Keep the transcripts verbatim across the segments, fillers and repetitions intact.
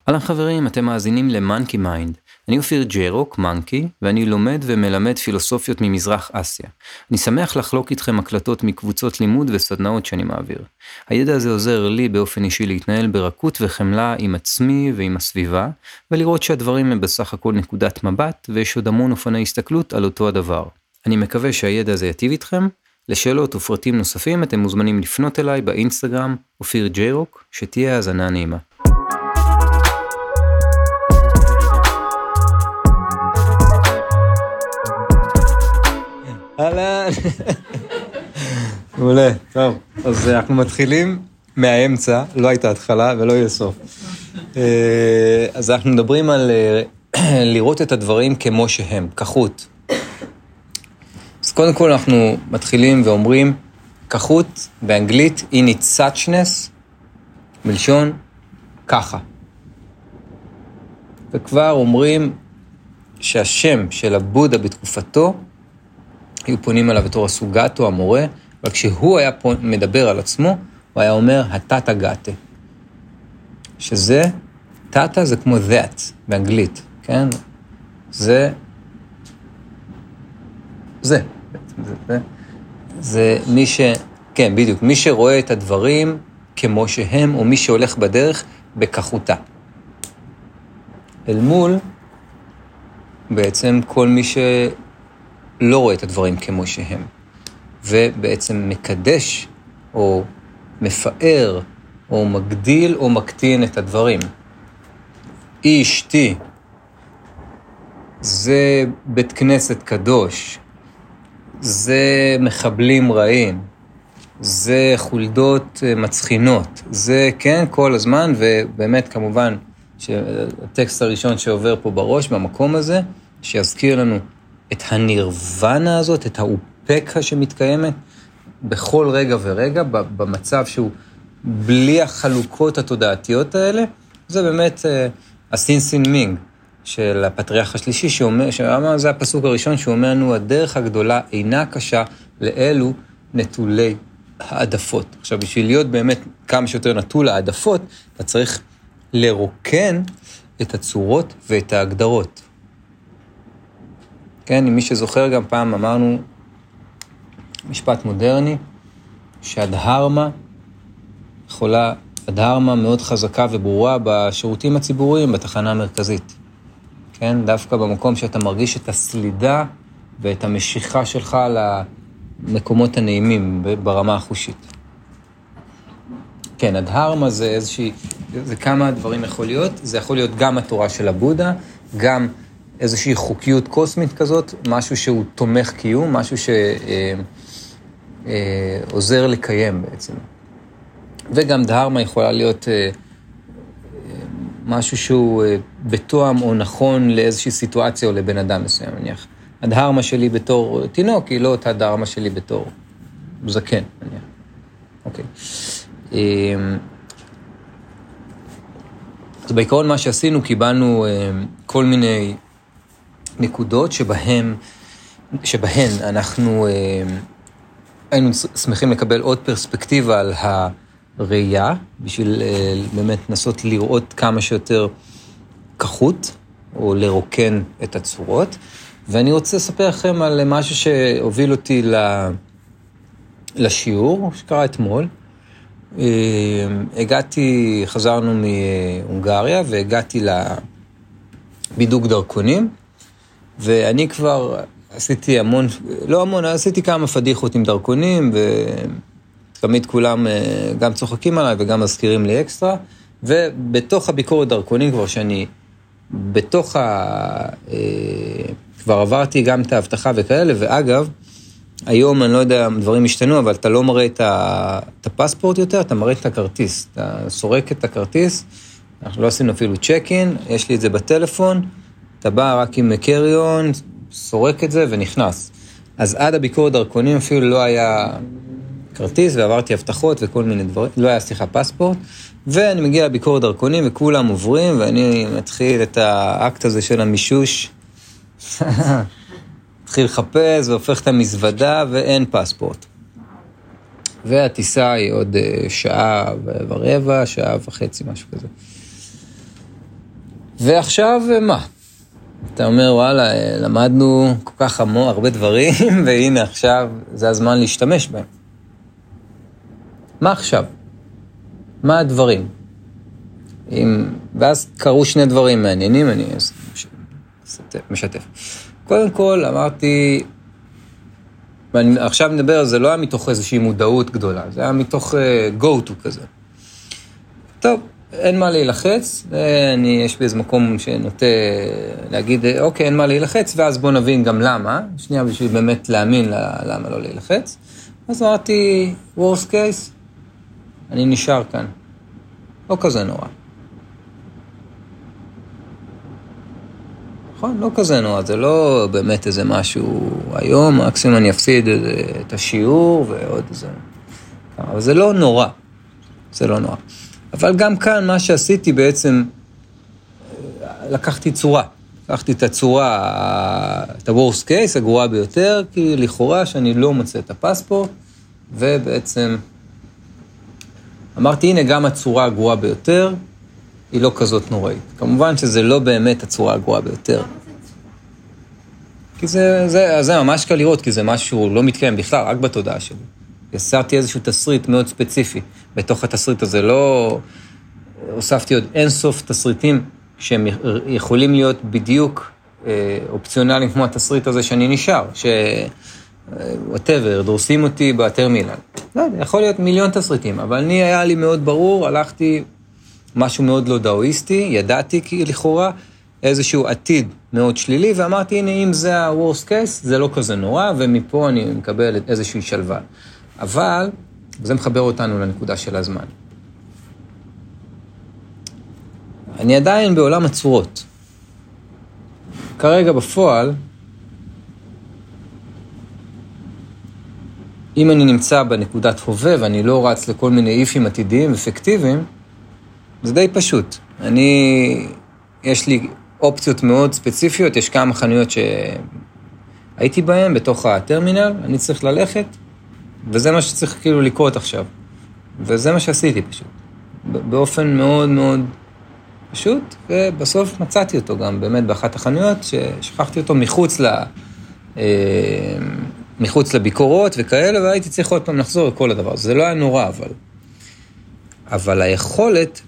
אהלן חברים, אתם מאזינים למאנקי מיינד. אני אופיר ג'ירוק, מאנקי, ואני לומד ומלמד פילוסופיות ממזרח אסיה. אני שמח לחלוק איתכם הקלטות מקבוצות לימוד וסדנאות שאני מעביר. הידע הזה עוזר לי באופן אישי להתנהל ברכות וחמלה עם עצמי ועם הסביבה, ולראות שהדברים הם בסך הכל נקודת מבט, ויש עוד המון אופני הסתכלות על אותו הדבר. אני מקווה שהידע הזה יטיב איתכם. לשאלות ופרטים נוספים אתם מוזמנים לפנות אליי באינסטגרם, אופיר ג'ירוק, שתהיה האזנה נעימה. אהלן. מעולה, טוב. אז אנחנו מתחילים מהאמצע, לא הייתה התחלה ולא יהיה סוף. אז אנחנו מדברים על לראות את הדברים כמו שהם, כחות. אז קודם כל אנחנו מתחילים ואומרים, כחות באנגלית, in its suchness, מלשון ככה. וכבר אומרים שהשם של הבודה בתקופתו, היו פונים עליו בתור הסוגתו, המורה, אבל כשהוא היה מדבר על עצמו, הוא היה אומר, התתה גתה. שזה, תתה זה כמו that, באנגלית, כן? זה, זה, זה, זה, זה מי ש, כן, בדיוק, מי שרואה את הדברים כמו שהם, או מי שהולך בדרך בכחותה. אל מול, בעצם כל מי ש... לא רואה את הדברים כמו שהם, ובעצם מקדש, או מפאר, או מגדיל, או מקטין את הדברים. אי אשתי, זה בית כנסת קדוש, זה מחבלים רעים, זה חולדות מצחינות, זה כן כל הזמן, ובאמת כמובן, שהטקסט הראשון שעובר פה בראש, במקום הזה, שיזכיר לנו, את הנירוונה הזאת, את האופקה שמתקיימת בכל רגע ורגע, במצב שהוא בלי החלוקות התודעתיות האלה, זה באמת הסין סין מינג של הפטריארך השלישי, שאומר, שאומר, זה הפסוק הראשון שאומר לנו, הדרך הגדולה אינה קשה לאלו נטולי העדפות. עכשיו, בשביל להיות באמת כמה שיותר נטול העדפות, אתה צריך לרוקן את הצורות ואת ההגדרות. כן, אם מי שזוכר גם פעם אמרנו משפט מודרני, שהדהרמה יכולה, הדהרמה מאוד חזקה וברורה בשירותים הציבוריים בתחנה המרכזית. כן, דווקא במקום שאתה מרגיש את הסלידה ואת המשיכה שלך למקומות הנעימים ברמה החושית. כן, הדהרמה זה איזושהי, זה כמה דברים יכול להיות, זה יכול להיות גם התורה של הבודה, גם איזושהי חוקיות קוסמית כזאת, משהו שהוא תומך קיום, משהו שעוזר לקיים בעצם. וגם דהרמה יכולה להיות משהו שהוא בתואם או נכון לאיזושהי סיטואציה או לבן אדם מסוים, נניח. הדהרמה שלי בתור תינוק היא לא אותה דהרמה שלי בתור זקן, נניח. אוקיי. אז בעיקרון מה שעשינו, קיבלנו כל מיני נקודות שבהן, שבהן אנחנו אה, היינו שמחים לקבל עוד פרספקטיבה על הראייה, בשביל אה, באמת לנסות לראות כמה שיותר כחות, או לרוקן את הצורות. ואני רוצה לספר לכם על משהו שהוביל אותי לשיעור, שקרה אתמול. אה, הגעתי, חזרנו מהונגריה, והגעתי לבידוק דרכונים, ואני כבר עשיתי המון, לא המון, עשיתי כמה פדיחות עם דרכונים, ותמיד כולם גם צוחקים עליי וגם מזכירים לי אקסטרה, ובתוך הביקורת דרכונים כבר שאני, בתוך ה... כבר עברתי גם את ההבטחה וכאלה, ואגב, היום אני לא יודע, דברים השתנו, אבל אתה לא מראה את, ה... את הפספורט יותר, אתה מראה את הכרטיס, אתה סורק את הכרטיס, אנחנו לא עשינו אפילו צ'ק-אין, יש לי את זה בטלפון, אתה בא רק עם קריון, סורק את זה ונכנס. אז עד הביקורת דרכונים אפילו לא היה כרטיס, ועברתי הבטחות וכל מיני דברים, לא היה סליחה פספורט, ואני מגיע לביקורת דרכונים וכולם עוברים, ואני מתחיל את האקט הזה של המישוש, מתחיל לחפש והופך את המזוודה ואין פספורט. והטיסה היא עוד שעה ורבע, שעה וחצי, משהו כזה. ועכשיו מה? אתה אומר, וואלה, למדנו כל כך המון, הרבה דברים, והנה עכשיו זה הזמן להשתמש בהם. מה עכשיו? מה הדברים? אם... ואז קרו שני דברים מעניינים, אני משתף. קודם כל, אמרתי, ואני עכשיו מדבר, זה לא היה מתוך איזושהי מודעות גדולה, זה היה מתוך uh, go-to כזה. טוב, אין מה להילחץ, אני, יש בי איזה מקום שנוטה להגיד, אוקיי, אין מה להילחץ, ואז בוא נבין גם למה, שנייה בשביל באמת להאמין למה לא להילחץ. אז אמרתי, worst case, אני נשאר כאן. לא כזה נורא. נכון, לא כזה נורא, זה לא באמת איזה משהו היום, מקסימום אני אפסיד את השיעור ועוד איזה... אבל זה לא נורא, זה לא נורא. אבל גם כאן מה שעשיתי בעצם, לקחתי צורה. לקחתי את הצורה, את ה-worst case, הגרועה ביותר, כי לכאורה שאני לא מוצא את הפספורט, ובעצם אמרתי, הנה גם הצורה הגרועה ביותר, היא לא כזאת נוראית. כמובן שזה לא באמת הצורה הגרועה ביותר. כי זה, זה, זה ממש קל לראות, כי זה משהו לא מתקיים בכלל, רק בתודעה שלי. יסרתי איזשהו תסריט מאוד ספציפי. בתוך התסריט הזה לא... הוספתי עוד אינסוף תסריטים שהם יכולים להיות בדיוק אופציונליים כמו התסריט הזה שאני נשאר, ש... whatever, דורסים אותי בטרמינל. לא יודע, יכול להיות מיליון תסריטים, אבל אני היה לי מאוד ברור, הלכתי משהו מאוד לא דאואיסטי, ידעתי כי לכאורה איזשהו עתיד מאוד שלילי, ואמרתי, הנה, אם זה ה-worst case, זה לא כזה נורא, ומפה אני מקבל איזושהי שלווה. אבל, זה מחבר אותנו לנקודה של הזמן. אני עדיין בעולם הצורות. כרגע בפועל, אם אני נמצא בנקודת הווה, ואני לא רץ לכל מיני איפים עתידיים ופקטיביים, זה די פשוט. אני, יש לי אופציות מאוד ספציפיות, יש כמה חנויות שהייתי בהן בתוך הטרמינל, אני צריך ללכת, וזה מה שצריך כאילו לקרות עכשיו. וזה מה שעשיתי פשוט. באופן מאוד מאוד פשוט, ובסוף מצאתי אותו גם באמת באחת החנויות, ששכחתי אותו מחוץ ל... מחוץ לביקורות וכאלה, והייתי צריך עוד פעם לחזור לכל הדבר. זה לא היה נורא, אבל... אבל היכולת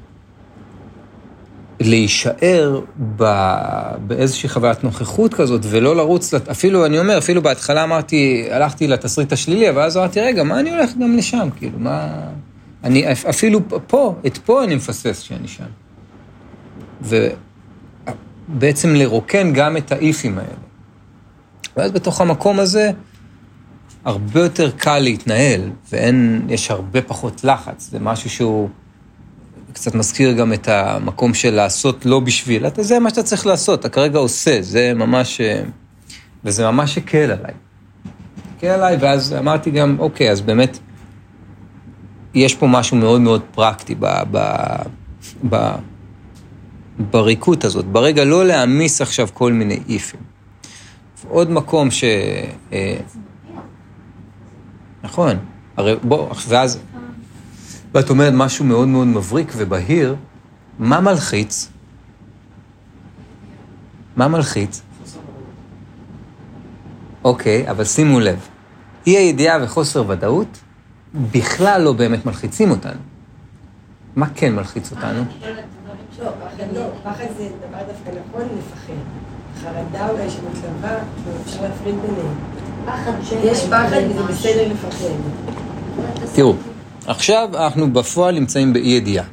להישאר באיזושהי חוויית נוכחות כזאת, ולא לרוץ, אפילו, אני אומר, אפילו בהתחלה אמרתי, הלכתי לתסריט השלילי, אבל אז אמרתי, רגע, מה אני הולך גם לשם? כאילו, מה... אני, אפילו פה, את פה אני מפספס שאני שם. ובעצם לרוקן גם את האיפים האלה. ואז בתוך המקום הזה, הרבה יותר קל להתנהל, ואין, יש הרבה פחות לחץ. זה משהו שהוא קצת מזכיר גם את המקום של לעשות לא בשביל. זה מה שאתה צריך לעשות, אתה כרגע עושה, זה ממש, וזה ממש הקל עליי. הקל עליי, ואז אמרתי גם, אוקיי, אז באמת, יש פה משהו מאוד מאוד פרקטי ב, ב, ב, בריקות הזאת. ברגע לא להעמיס עכשיו כל מיני איפים. עוד מקום ש... נכון, הרי בוא, ואז, ואת אומרת משהו מאוד מאוד מבריק ובהיר, מה מלחיץ? מה מלחיץ? אוקיי, אבל שימו לב, אי הידיעה וחוסר ודאות בכלל לא באמת מלחיצים אותנו. מה כן מלחיץ אותנו? לא, פחד זה דבר דווקא נכון לפחד. חרדה אולי שמתלווה, ואפשר להפריד ביניהם. יש פחד וזה בסדר לפחד. תראו, עכשיו אנחנו בפועל נמצאים באי ידיעה.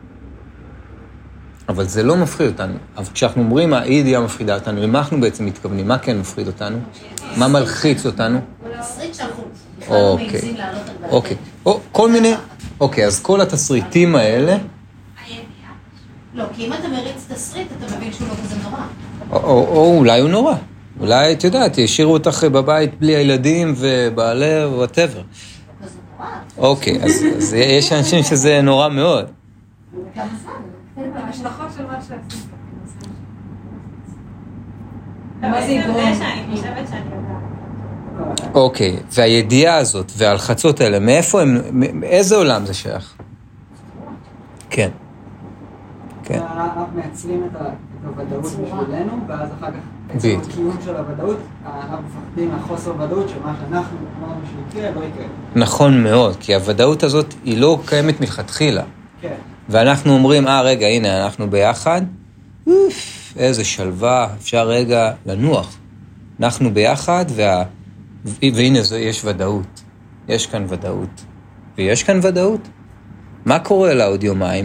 אבל זה לא מפחיד אותנו. אבל כשאנחנו אומרים, האי ידיעה מפחידה אותנו, למה אנחנו בעצם מתכוונים? מה כן מפחיד אותנו? מה מלחיץ אותנו? תסריט שאנחנו בכלל לא מעיזים לעלות על דעתנו. אוקיי. כל מיני... אוקיי, אז כל התסריטים האלה... לא, כי אם אתה מריץ תסריט, אתה מבין שהוא לא כזה נורא. או אולי הוא נורא. אולי, את יודעת, ישאירו אותך בבית בלי הילדים ובעלי whatever. אוקיי, אז יש אנשים שזה נורא מאוד. המשלחות של מה שעשית. מה זה יגרום? אני חושבת שאני יודעת. אוקיי, והידיעה הזאת וההלחצות האלה, מאיפה הם, מאיזה עולם זה שייך? כן. כן. אנחנו מייצרים את הוודאות בשבילנו, ואז אחר כך עצם הקיום של הוודאות, אנחנו מפחדים מהחוסר ודאות של מה שאנחנו אמרנו שיקרה, לא יקרה. נכון מאוד, כי הוודאות הזאת היא לא קיימת מלכתחילה. כן. ואנחנו אומרים, אה, רגע, הנה, אנחנו ביחד, אוף, איזה שלווה, אפשר רגע לנוח. אנחנו ביחד, וה... והנה, זה, יש ודאות. יש כאן ודאות. ויש כאן ודאות. מה קורה לה עוד יומיים?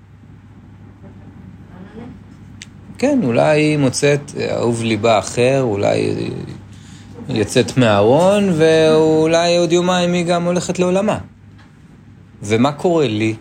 כן, אולי היא מוצאת אהוב ליבה אחר, אולי היא יוצאת מהארון, ואולי עוד יומיים היא גם הולכת לעולמה. ומה קורה לי?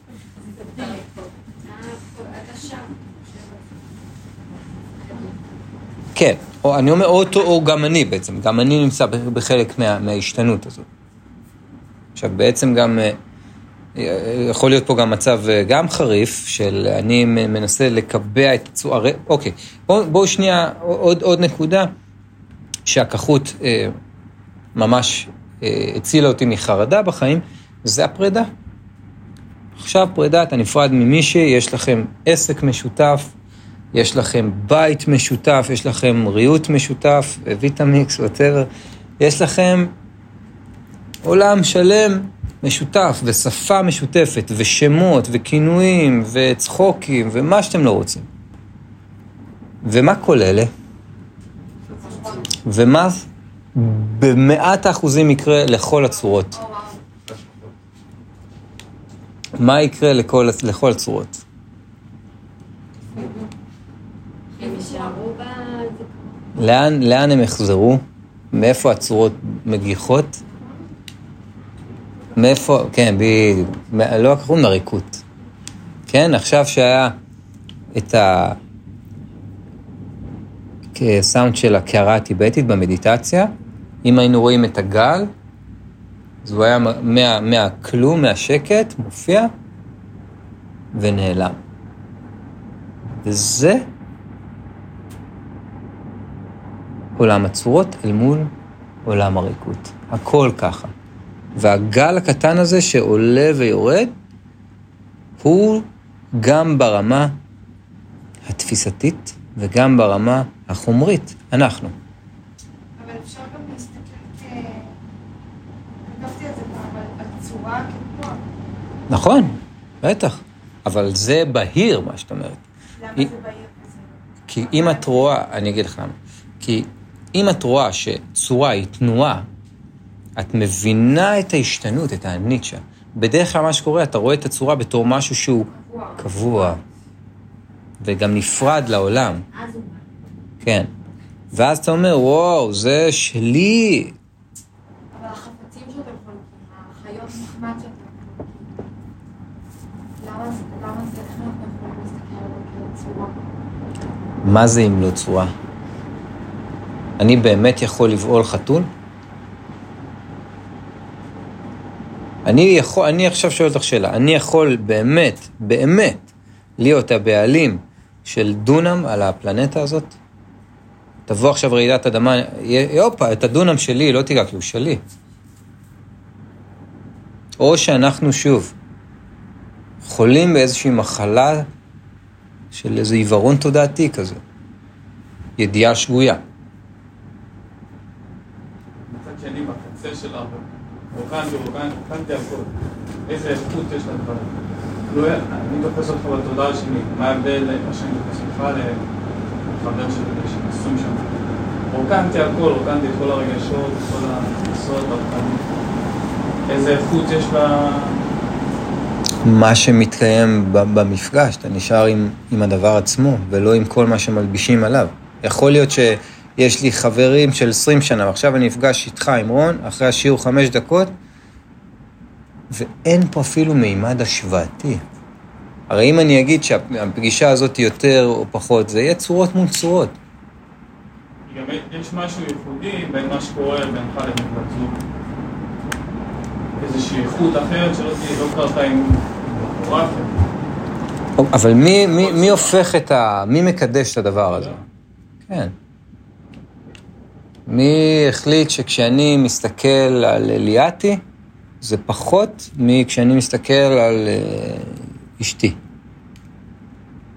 כן, או, אני אומר אותו או גם אני בעצם, גם אני נמצא בחלק מה, מההשתנות הזאת. עכשיו בעצם גם, יכול להיות פה גם מצב גם חריף, של אני מנסה לקבע את הצורה, אוקיי, בואו בוא שנייה, עוד, עוד נקודה, שהכחות אה, ממש אה, הצילה אותי מחרדה בחיים, זה הפרידה. עכשיו פרידה, אתה נפרד ממישהי, יש לכם עסק משותף, יש לכם בית משותף, יש לכם ריהוט משותף, ויטמיקס, whatever, יש לכם עולם שלם משותף, ושפה משותפת, ושמות, וכינויים, וצחוקים, ומה שאתם לא רוצים. ומה כל אלה? ומה במאת האחוזים יקרה לכל הצורות? מה יקרה לכל, לכל הצורות? לאן, לאן הם יחזרו? מאיפה הצורות מגיחות? מאיפה, כן, בדיוק, לא הקרום לריקות. כן, עכשיו שהיה את ה... כסאונד של הקערה הטיבטית במדיטציה, אם היינו רואים את הגל, אז הוא היה מה, מהכלום, מהשקט, מופיע ונעלם. וזה עולם הצורות אל מול עולם הריקות. הכל ככה. והגל הקטן הזה שעולה ויורד, הוא גם ברמה התפיסתית וגם ברמה החומרית, אנחנו. אבל אפשר גם להסתכל כ... כתבתי את זה פה, אבל הצורה כפה. נכון, בטח. אבל זה בהיר, מה שאת אומרת. למה זה בהיר כזה? כי אם את רואה, אני אגיד לך למה, כי אם את רואה שצורה היא תנועה, את מבינה את ההשתנות, את הניטשה. בדרך כלל מה שקורה, אתה רואה את הצורה בתור משהו שהוא קבוע. קבוע. וגם נפרד לעולם. אז הוא... כן. ואז אתה אומר, וואו, זה שלי. אבל החפצים שאתם חולקים, החיות מחמד שאתם חולקים, למה זה, למה זה, איך אנחנו יכולים להסתכל על הצורה? מה זה אם לא צורה? אני באמת יכול לבעול חתול? אני יכול, אני עכשיו שואל אותך שאלה, אני יכול באמת, באמת, להיות הבעלים של דונם על הפלנטה הזאת? תבוא עכשיו רעידת אדמה, יופה, את הדונם שלי, לא תיגע, כי הוא שלי. או שאנחנו שוב חולים באיזושהי מחלה של איזה עיוורון תודעתי כזה. ידיעה שגויה. מצד שני, בקצה של הרבה, רוקנתי, רוקנתי, רוקנתי הכל. איזה איכות יש לדברים. אני תופס אותך בתודעה שלי, מה ההבדל מה שאני תופס אותך לחבר שלי שנסום שם. רוקנתי הכל, רוקנתי את כל הרגשות, את כל הכנסות, הרוקנות. איזה איכות יש לה... מה שמתקיים במפגש, אתה נשאר עם, עם הדבר עצמו, ולא עם כל מה שמלבישים עליו. יכול להיות שיש לי חברים של עשרים שנה, ועכשיו אני אפגש איתך עם רון, אחרי השיעור חמש דקות, ואין פה אפילו מימד השוואתי. הרי אם אני אגיד שהפגישה הזאת יותר או פחות, זה יהיה צורות מול צורות. גם יש משהו ייחודי בין מה שקורה בינך לבין בת זוג. איזושהי איכות אחרת שלא תהיה, לא קרתה עם בחורה. אבל מי, מי, מי הופך את ה... מי מקדש את הדבר הזה? כן. מי החליט שכשאני מסתכל על ליאתי, זה פחות מכשאני מסתכל על אשתי.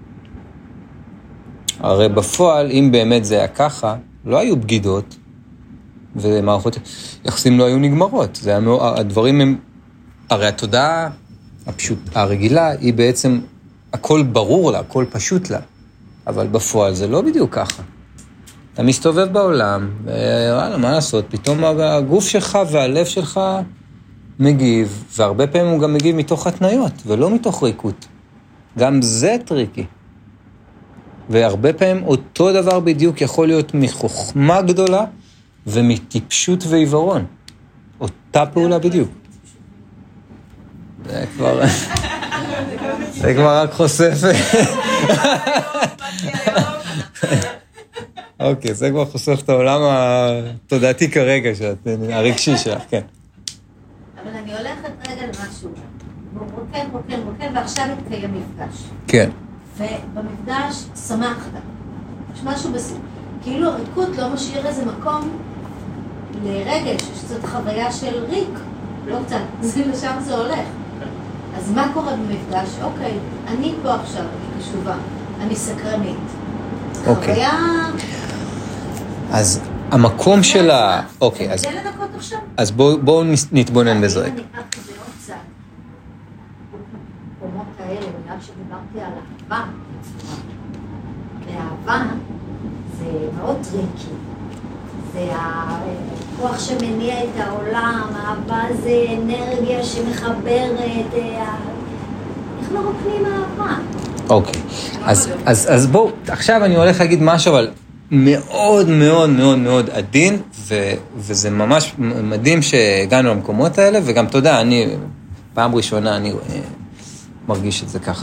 הרי בפועל, אם באמת זה היה ככה, לא היו בגידות, ומערכות יחסים לא היו נגמרות. זה היה, הדברים הם, הרי התודעה הפשוט, הרגילה, היא בעצם, הכל ברור לה, הכל פשוט לה. אבל בפועל זה לא בדיוק ככה. אתה מסתובב בעולם, וואלה, מה לעשות? פתאום הגוף שלך והלב שלך מגיב, והרבה פעמים הוא גם מגיב מתוך התניות, ולא מתוך ריקות. גם זה טריקי. והרבה פעמים אותו דבר בדיוק יכול להיות מחוכמה גדולה, ומטיפשות ועיוורון. אותה פעולה בדיוק. זה כבר... זה כבר רק חושף. אוקיי, זה כבר חושף את העולם התודעתי כרגע, הרגשי שלך, כן. אבל אני הולכת רגע למשהו. רוקן, רוקן, רוקן, ועכשיו התקיים מפגש. כן. ובמפגש שמחת. יש משהו בסוף. כאילו הריקות לא משאיר איזה מקום לרגש, שזאת חוויה של ריק. לא קצת, זה לשם זה הולך. אז מה קורה במפגש? אוקיי, אני פה עכשיו, אני קשובה, אני סקרנית. אוקיי. חוויה... אז המקום של ה... אוקיי, אז... זה לדקות עכשיו? אז בואו נתבונן בזה. אני אקח כזה עוד צד. במקומות האלה, בגלל שדיברתי על אהבה. ואהבה זה מאוד טריקי. זה הכוח שמניע את העולם, אהבה זה אנרגיה שמחברת, איך לא רוקנים אהבה? אוקיי, אז, אז, אז בואו, עכשיו אני הולך להגיד משהו, אבל מאוד מאוד מאוד מאוד עדין, ו, וזה ממש מדהים שהגענו למקומות האלה, וגם תודה, אני, פעם ראשונה אני מרגיש את זה ככה.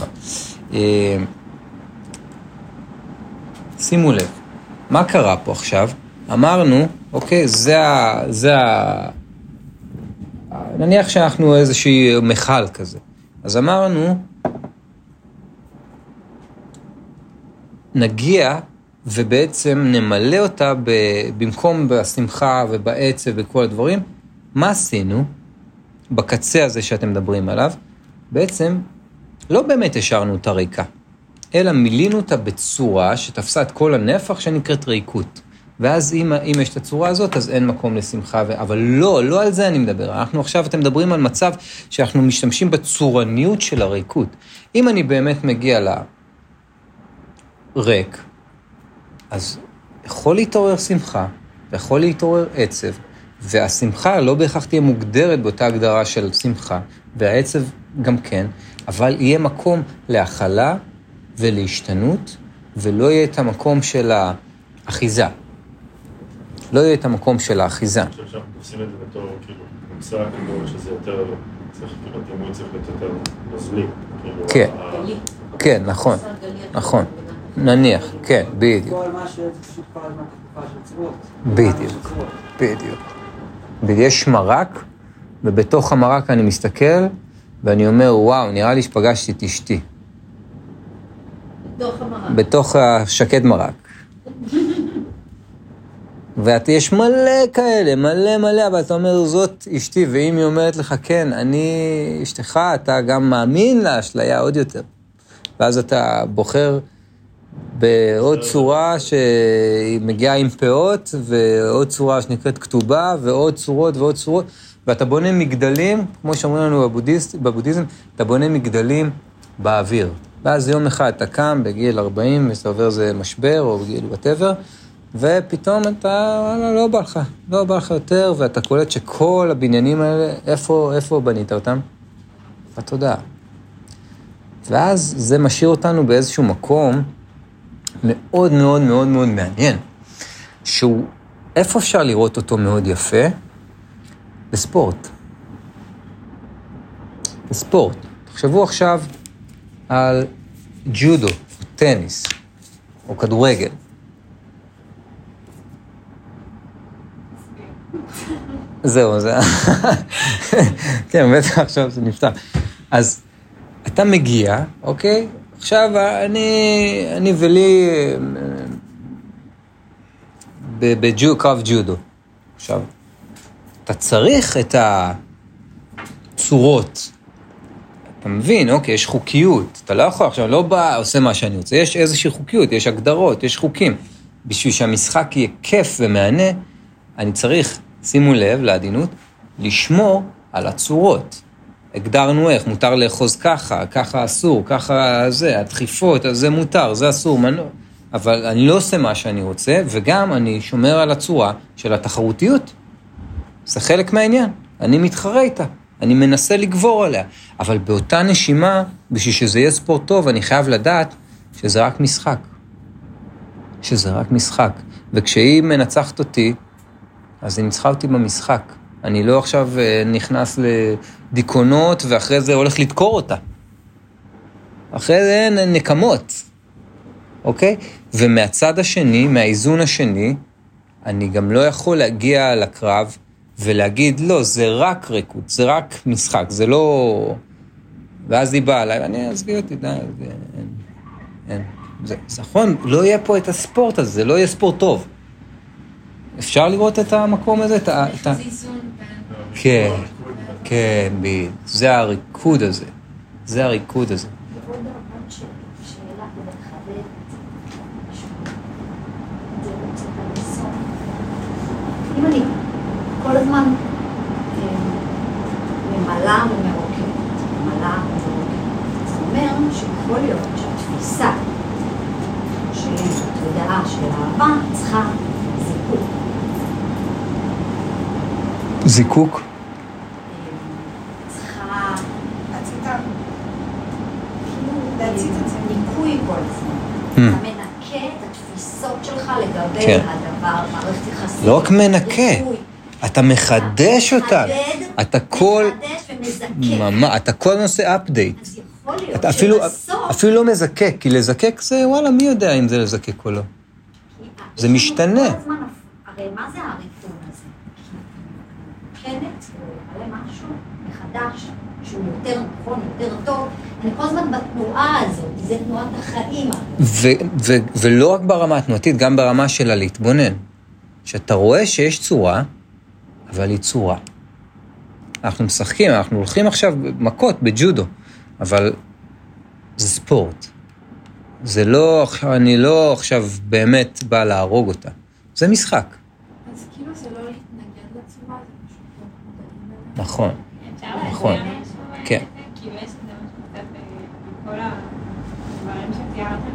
שימו לב, מה קרה פה עכשיו? אמרנו, אוקיי, זה ה... זה ה... נניח שאנחנו איזושהי מחל כזה. אז אמרנו, נגיע ובעצם נמלא אותה ב... במקום בשמחה ובעצב ובכל הדברים. מה עשינו בקצה הזה שאתם מדברים עליו? בעצם לא באמת השארנו אותה ריקה, אלא מילינו אותה בצורה שתפסה את כל הנפח שנקראת ריקות. ואז אם, אם יש את הצורה הזאת, אז אין מקום לשמחה. ו... אבל לא, לא על זה אני מדבר. אנחנו עכשיו, אתם מדברים על מצב שאנחנו משתמשים בצורניות של הריקות. אם אני באמת מגיע לריק, אז יכול להתעורר שמחה, ויכול להתעורר עצב, והשמחה לא בהכרח תהיה מוגדרת באותה הגדרה של שמחה, והעצב גם כן, אבל יהיה מקום להכלה ולהשתנות, ולא יהיה את המקום של האחיזה. לא יהיה את המקום של האחיזה. אני חושב שאנחנו תופסים את זה בתור, כאילו, נמצא כאילו שזה יותר, צריך, כאילו, תימוי צריך להיות יותר נוזלי. כן, כן, נכון, נכון. נניח, כן, בדיוק. כל מה שזה פשוט כל הזמן תקופה של צורות. בדיוק, בדיוק. יש מרק, ובתוך המרק אני מסתכל, ואני אומר, וואו, נראה לי שפגשתי את אשתי. בתוך המרק. בתוך השקד מרק. ואת יש מלא כאלה, מלא מלא, אבל אתה אומר, זאת אשתי, ואם היא אומרת לך, כן, אני אשתך, אתה גם מאמין לאשליה עוד יותר. ואז אתה בוחר בעוד צורה שהיא מגיעה עם פאות, ועוד צורה שנקראת כתובה, ועוד צורות ועוד צורות, ואתה בונה מגדלים, כמו שאומרים לנו בבודהיסט, בבודהיזם, אתה בונה מגדלים באוויר. ואז יום אחד אתה קם בגיל ארבעים, ואתה עובר זה משבר, או בגיל whatever, ופתאום אתה, לא, לא בא לך, לא בא לך יותר, ואתה קולט שכל הבניינים האלה, איפה, איפה בנית אותם? בתודעה. ואז זה משאיר אותנו באיזשהו מקום מאוד מאוד מאוד מאוד מעניין, שהוא, איפה אפשר לראות אותו מאוד יפה? בספורט. בספורט. תחשבו עכשיו על ג'ודו, טניס, או כדורגל. זהו, זה... כן, בטח עכשיו זה נפתח. אז אתה מגיע, אוקיי? עכשיו אני, אני ולי בקרב ג'ודו. עכשיו, אתה צריך את הצורות. אתה מבין, אוקיי, יש חוקיות. אתה לא יכול עכשיו, לא בא, עושה מה שאני רוצה. יש איזושהי חוקיות, יש הגדרות, יש חוקים. בשביל שהמשחק יהיה כיף ומענה, אני צריך, שימו לב, לעדינות, לשמור על הצורות. הגדרנו איך, מותר לאחוז ככה, ככה אסור, ככה זה, הדחיפות, זה מותר, זה אסור, מנוע. אבל אני לא עושה מה שאני רוצה, וגם אני שומר על הצורה של התחרותיות. זה חלק מהעניין. אני מתחרה איתה. אני מנסה לגבור עליה. אבל באותה נשימה, בשביל שזה יהיה ספורט טוב, אני חייב לדעת שזה רק משחק. שזה רק משחק. וכשהיא מנצחת אותי, אז היא ניצחה אותי במשחק. אני לא עכשיו נכנס לדיכאונות, ואחרי זה הולך לדקור אותה. אחרי זה אין נקמות. אוקיי? ומהצד השני, מהאיזון השני, אני גם לא יכול להגיע לקרב ולהגיד, לא, זה רק ריקוד, זה רק משחק, זה לא... ואז היא באה עליי, אני אסביר אותי, די, זה... אין, אין. זה, נכון, לא יהיה פה את הספורט הזה, זה לא יהיה ספורט טוב. אפשר לראות את המקום הזה? את ה... איך זה איזון בין... כן, כן, בי. זה הריקוד הזה. זה הריקוד הזה. אם אני כל הזמן ממלאה ומרוקדת, ממלאה ומרוקדת, זה אומר שיכול להיות שהתפיסה של התודעה של האהבה צריכה זיקוק. זיקוק? צריכה... הציטה. כאילו, להציט את זה. ניקוי כל הזמן. אתה מנקה את התפיסות שלך לגבי הדבר, מערכת יחסית. לא רק מנקה. אתה מחדש אותה. אתה כל... מחדש ומזקק. ממש, אתה כל נושא אפדייט. אז יכול להיות אתה אפילו, שבסוף... אפילו לא מזקק, כי לזקק זה, וואלה, מי יודע אם זה לזקק או לא. זה משתנה. הרי מה זה הריקון הזה? קנת, או עלה משהו מחדש, שהוא יותר נכון, יותר טוב. אני כל הזמן בתנועה הזאת, זה תנועת החיים. ולא רק ברמה התנועתית, גם ברמה שלה להתבונן. שאתה רואה שיש צורה, אבל היא צורה. אנחנו משחקים, אנחנו הולכים עכשיו מכות בג'ודו, אבל זה ספורט. זה לא, אני לא עכשיו באמת בא להרוג אותה. זה משחק. אז כאילו זה לא להתנגד לצורה, זה פשוט לא... נכון, נכון. כן. כאילו יש את זה משהו קצת בכל הדברים שתיארתם,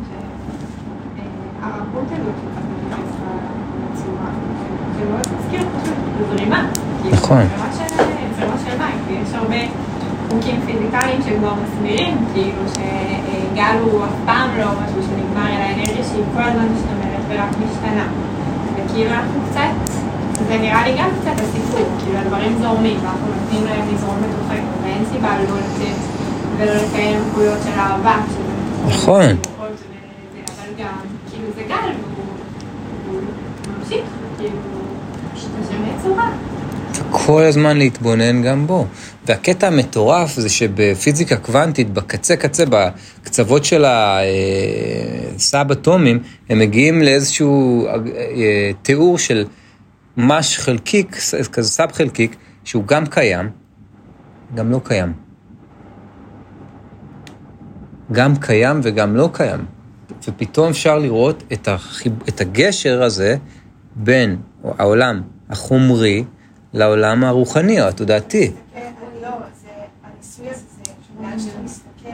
שהרבות הזאת שקצת מתייחס לצורה, זה מאוד מזכיר פשוט בזרימה. נכון. זה ממש של מים, ויש הרבה חוקים פיזיקליים שכבר מסבירים, כאילו שגל הוא אף פעם לא משהו שנגמר, אלא האנרגיה שהיא כל הזמן משתמרת ורק משתנה. וכאילו אנחנו קצת, זה נראה לי גם קצת הסיפור, כאילו הדברים זורמים, ואנחנו נותנים להם לזרום בתוכנו, ואין סיבה לא לצאת ולא לקיים חויות של אהבה, נכון. אבל גם, כאילו זה גל, והוא ממשיך, כאילו, משתשמע צורה. כל הזמן להתבונן גם בו. והקטע המטורף זה שבפיזיקה קוונטית, בקצה קצה, בקצוות של הסאב-אטומים, הם מגיעים לאיזשהו תיאור של מש חלקיק, כזה סאב חלקיק, שהוא גם קיים, גם לא קיים. גם קיים וגם לא קיים. ופתאום אפשר לראות את, החיב... את הגשר הזה בין העולם החומרי לעולם הרוחני או התודעתי. כן, לא, זה, הניסוי הזה, זה לאן שאתה מסתכל.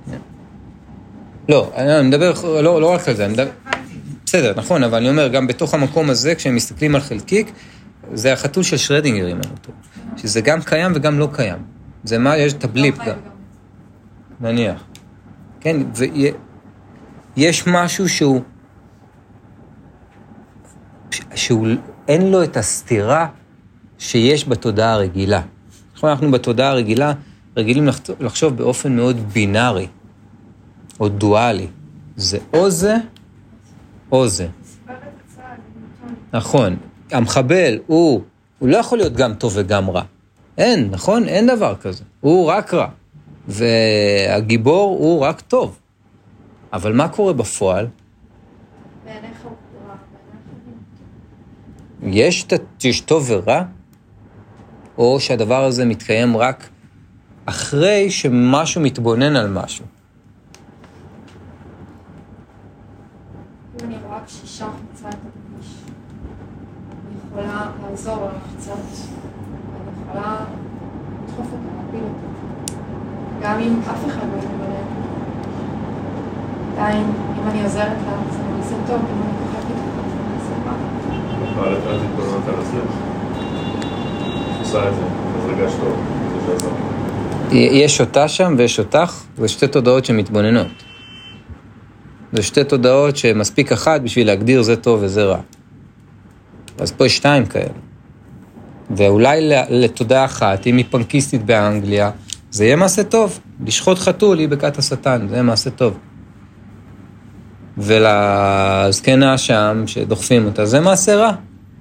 לא, אני מדבר, לא, לא רק על זה, אני מדבר... בסדר, נכון, אבל אני אומר, גם בתוך המקום הזה, כשהם מסתכלים על חלקיק, זה החתול של שרדינגר, אם אני אותו. שזה גם קיים וגם לא קיים. זה מה, יש את הבליפ גם. נניח. כן, ויש משהו שהוא, שהוא, אין לו את הסתירה שיש בתודעה הרגילה. אנחנו בתודעה הרגילה רגילים לחשוב באופן מאוד בינארי, או דואלי. זה או זה, או זה. נכון. המחבל הוא, הוא לא יכול להיות גם טוב וגם רע. אין, נכון? אין דבר כזה. הוא רק רע. והגיבור הוא רק טוב. אבל מה קורה בפועל? בעיניך הוא רע, יש, יש טוב ורע? או שהדבר הזה מתקיים רק אחרי שמשהו מתבונן על משהו. אם אני רואה קשישה חוצה את הכביש, אני יכולה לעזור לה קצת, אני יכולה לדחוף אותה, להפיל אותה. גם אם אף אחד לא יתבונן. עדיין, אם אני עוזרת לה, זה מעשה טוב, אם אני דוחפת אותה, זה מעשה רע. אני יכולה לתת להתבוננות על השיח. עושה את זה, אז רגש טוב, זה שעזר. יש אותה שם ויש אותך, זה שתי תודעות שמתבוננות. זה שתי תודעות שמספיק אחת בשביל להגדיר זה טוב וזה רע. אז פה יש שתיים כאלה. ואולי לתודעה אחת, אם היא פנקיסטית באנגליה, זה יהיה מעשה טוב. לשחוט חתול היא בכת השטן, זה יהיה מעשה טוב. ולזקנה שם שדוחפים אותה, זה מעשה רע.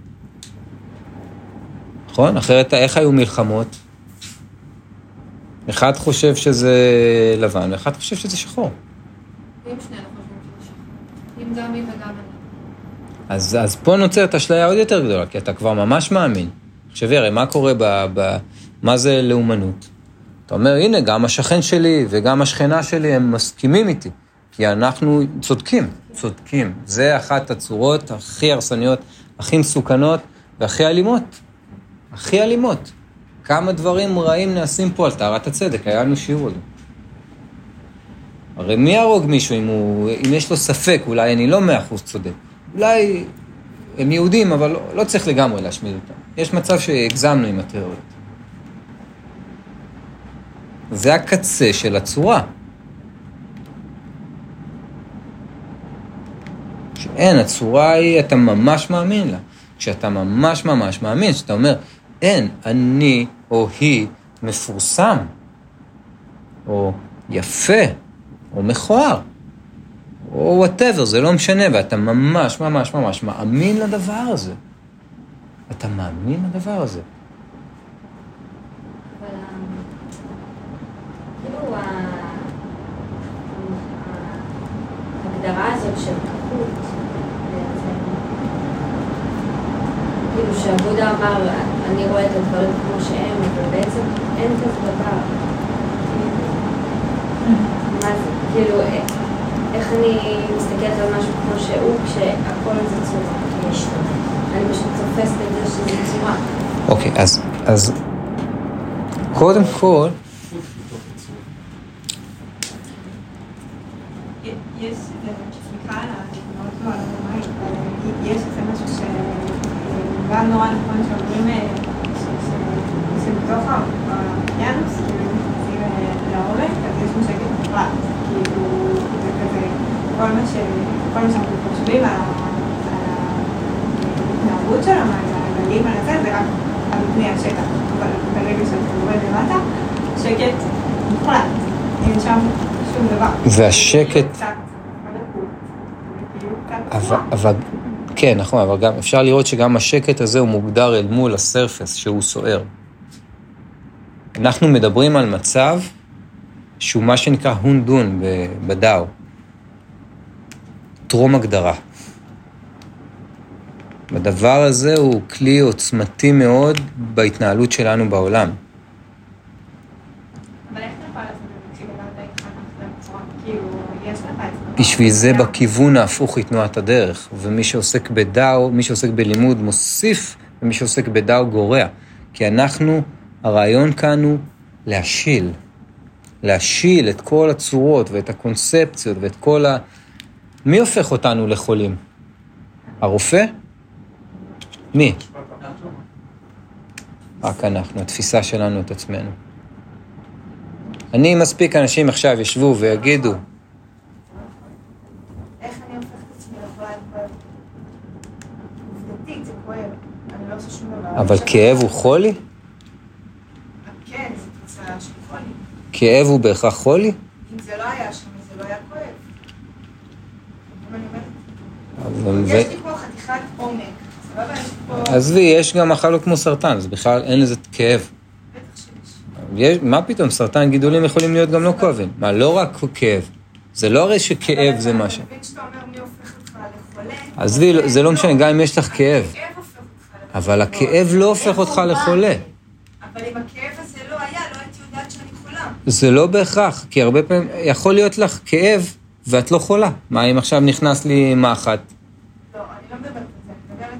נכון? אחרת איך היו מלחמות? אחד חושב שזה לבן, ואחד חושב שזה שחור. אם שנינו חושבים שזה שחור. אם גם מי וגם אני. אז, אז פה נוצרת אשליה עוד יותר גדולה, כי אתה כבר ממש מאמין. עכשיו, הרי, מה קורה ב... ב מה זה לאומנות? אתה אומר, הנה, גם השכן שלי וגם השכנה שלי הם מסכימים איתי, כי אנחנו צודקים, צודקים. זה אחת הצורות הכי הרסניות, הכי מסוכנות והכי אלימות. הכי אלימות. כמה דברים רעים נעשים פה על טהרת הצדק, היה לנו שיעור על זה. הרי מי יהרוג מישהו אם, הוא, אם יש לו ספק, אולי אני לא מאה אחוז צודק. אולי הם יהודים, אבל לא, לא צריך לגמרי להשמיד אותם. יש מצב שהגזמנו עם התיאוריות. זה הקצה של הצורה. שאין, הצורה היא, אתה ממש מאמין לה. כשאתה ממש ממש מאמין, שאתה אומר, אין, אני או היא מפורסם, או יפה, או מכוער, או whatever, זה לא משנה, ואתה ממש ממש ממש מאמין לדבר הזה. אתה מאמין לדבר הזה. אבל כאילו ההגדרה הזאת של כפות, כאילו שהבודה אמר, אני רואה את הדברים כמו שהם, אבל בעצם אין כזה דבר. מה זה? כאילו, איך אני מסתכלת על משהו כמו שהוא, כשהכל זה צורה, יש לו. אני פשוט תופסת את זה שזה צורה. אוקיי, אז, אז, קודם כל, יש, סליחה על הדוגמאות לא על הדוגמאות, יש איזה משהו שגם נורא נכון שאומרים שבתוך האוקיינוס, כאילו נכנסים לעומק, אז יש משקת מוחלט, כאילו זה כזה, כל מה שאנחנו חושבים על ההתנהגות שלנו, על הגלים על הזה, זה רק על פני השטח, אבל ברגע שאתה רואה למטה, שקט מוחלט, אין שם שום דבר. והשקט... אבל, אבל, כן, נכון, אבל גם אפשר לראות שגם השקט הזה הוא מוגדר אל מול הסרפס שהוא סוער. אנחנו מדברים על מצב שהוא מה שנקרא הונדון בדאו. טרום הגדרה. הדבר הזה הוא כלי עוצמתי מאוד בהתנהלות שלנו בעולם. אבל איך נפל את זה כשגדלת איתך בצורה? כאילו, יש לך את זה? בשביל זה בכיוון ההפוך היא תנועת הדרך, ומי שעוסק בדאו, מי שעוסק בלימוד מוסיף, ומי שעוסק בדאו גורע. כי אנחנו, הרעיון כאן הוא להשיל. להשיל את כל הצורות ואת הקונספציות ואת כל ה... מי הופך אותנו לחולים? הרופא? מי? רק אנחנו, התפיסה שלנו את עצמנו. אני מספיק אנשים עכשיו ישבו ויגידו, איך אני הופכת את עצמי לחולה עם כואב? עובדתית, זה כואב. אני לא עושה שום דבר. אבל כאב הוא חולי? כן, זה תוצאה של חולי. כאב הוא בהכרח חולי? אם זה לא היה שם, זה לא היה כואב. אבל אני אומרת, יש לי פה חתיכת עומק. סבבה, יש לי פה... עזבי, יש גם מחלות כמו סרטן, אז בכלל אין לזה כאב. בטח שיש. יש, מה פתאום, סרטן גידולים יכולים להיות גם לא כואבים. מה, לא רק כאב. זה לא הרי שכאב זה מה ש... אני מבין שאתה אומר מי הופך אותך לחולה. עזבי, זה לא משנה, גם אם יש לך כאב. אבל הכאב לא הופך אותך לחולה. אבל אם הכאב הזה לא היה, לא הייתי יודעת שאני חולה. זה לא בהכרח, כי הרבה פעמים יכול להיות לך כאב ואת לא חולה. מה אם עכשיו נכנס לי מחט? לא, אני לא מדברת על זה, אני מדברת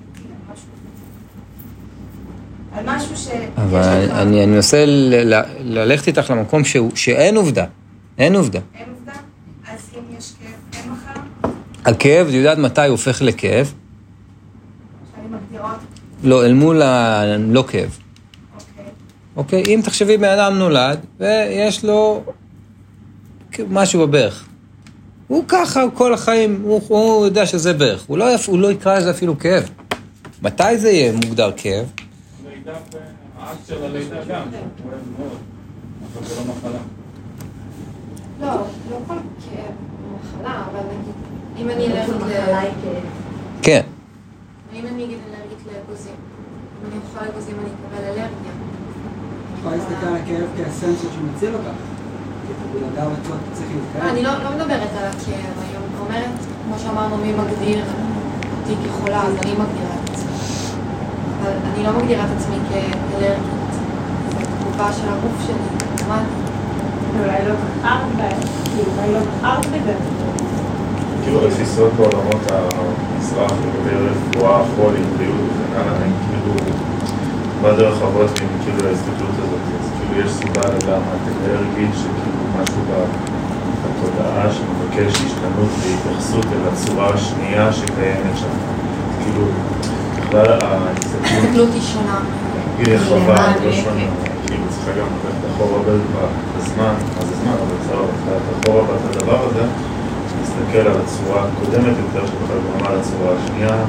על משהו. על משהו ש... אבל אני, אני מנסה ל- ל- ללכת איתך למקום ש- שאין עובדה. אין עובדה. אין עובדה? אז אם יש כאב, אין מחר? הכאב, אתה יודעת מתי הוא הופך לכאב? שאני מגדירה אותו. לא, אל מול הלא כאב. אוקיי. אוקיי, אם תחשבי בן אדם נולד, ויש לו משהו בברך. הוא ככה, כל החיים, הוא, הוא יודע שזה ברך. הוא לא, הוא לא יקרא לזה אפילו כאב. מתי זה יהיה מוגדר כאב? לידה, האקט של הלידה גם, הוא אוהב מאוד, אבל זה לא מחלה. לא, לא כל כאב הוא מחלה, אבל נגיד, אם אני אלרגית מחלה היא ל... כאב. כן. אם אני אגיד אלרגית לאגוזים, אם אני אוכל אגוזים אני אקבל אלרגיה. יכולה להסתכל על הכאב כאסנציה שמציל אותך. כי בלעדיו את לא צריך להתקיים. אני לא מדברת על הכאב היום, אני אומרת, כמו שאמרנו, מי מגדיר אותי כחולה, אז אני מגדירה את עצמי. אבל אני לא מגדירה את עצמי כאלרגית. זו תגובה של הגוף שלי, אוטומטית. אולי לא בחרת בהם, אולי לא בחרת בזה. כאילו רפיסות בעולמות המזרח לגבי רפואה, חולים, בריאות וכן הלאה, הם כאילו בדרך אבות עם כאילו ההסתכלות הזאת. אז כאילו יש סיבה למה את אלרגית שכאילו משהו בתודעה שמבקש השתנות והתייחסות אל הצורה השנייה שקיימת שם. כאילו, בכלל ההסתכלות היא שונה. היא רחבה, לא שונה. כאילו צריכה גם ללכת אחורה בזמן, מה זה זמן, אבל צריך ללכת אחורה ואת הדבר הזה, להסתכל על הצורה הקודמת יותר שבכלל גורמה לצורה השנייה.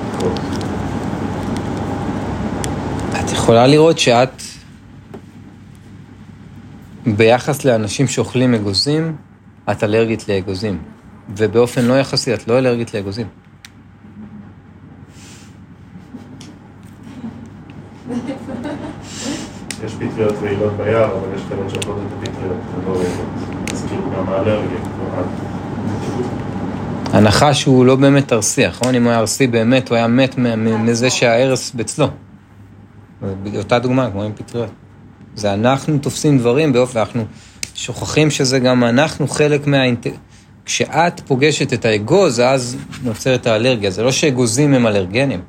את יכולה לראות שאת, ביחס לאנשים שאוכלים אגוזים, את אלרגית לאגוזים. ובאופן לא יחסי, את לא אלרגית לאגוזים. יש פטריות רעילות ביער, אבל יש כאלה שאוכלות את הפטריות, זה לא רעילות. אז כאילו גם האלרגיה, הנחש הוא לא באמת ארסי, נכון? אם הוא היה ארסי באמת, הוא היה מת מזה שהארס בצלו. אותה דוגמה, כמו עם פטריות. זה אנחנו תופסים דברים באופן, אנחנו שוכחים שזה גם אנחנו חלק מהאינטר... כשאת פוגשת את האגוז, אז נוצרת האלרגיה. זה לא שאגוזים הם אלרגנים.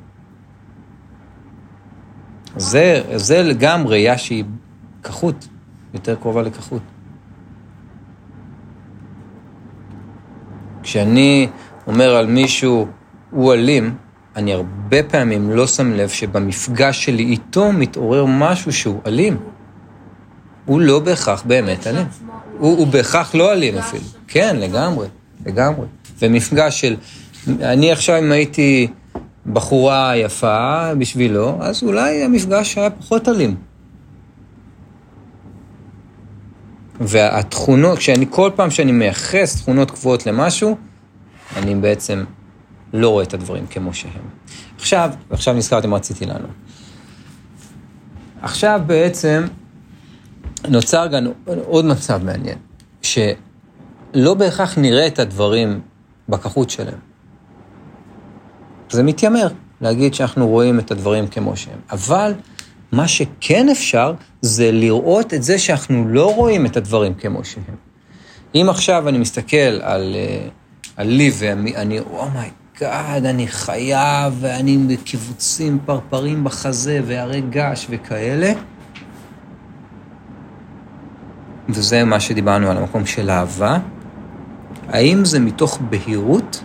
זה, זה גם ראייה שהיא כחות, יותר קרובה לכחות. כשאני אומר על מישהו הוא אלים, אני הרבה פעמים לא שם לב שבמפגש שלי איתו מתעורר משהו שהוא אלים. הוא לא בהכרח באמת אלים. הוא, הוא בהכרח לא אלים אפילו. כן, לגמרי, לגמרי. ומפגש של, אני עכשיו אם הייתי בחורה יפה בשבילו, אז אולי המפגש היה פחות אלים. והתכונות, כשאני כל פעם שאני מייחס תכונות קבועות למשהו, אני בעצם לא רואה את הדברים כמו שהם. עכשיו, עכשיו נזכרתי מה רציתי לנו. עכשיו בעצם נוצר גם עוד מצב מעניין, שלא בהכרח נראה את הדברים בכחות שלהם. זה מתיימר להגיד שאנחנו רואים את הדברים כמו שהם. אבל מה שכן אפשר זה לראות את זה שאנחנו לא רואים את הדברים כמו שהם. אם עכשיו אני מסתכל על, על לי ואני, אומי גאד, אני חייב ואני בקיבוצים פרפרים בחזה והרי גש וכאלה, וזה מה שדיברנו על המקום של אהבה, האם זה מתוך בהירות?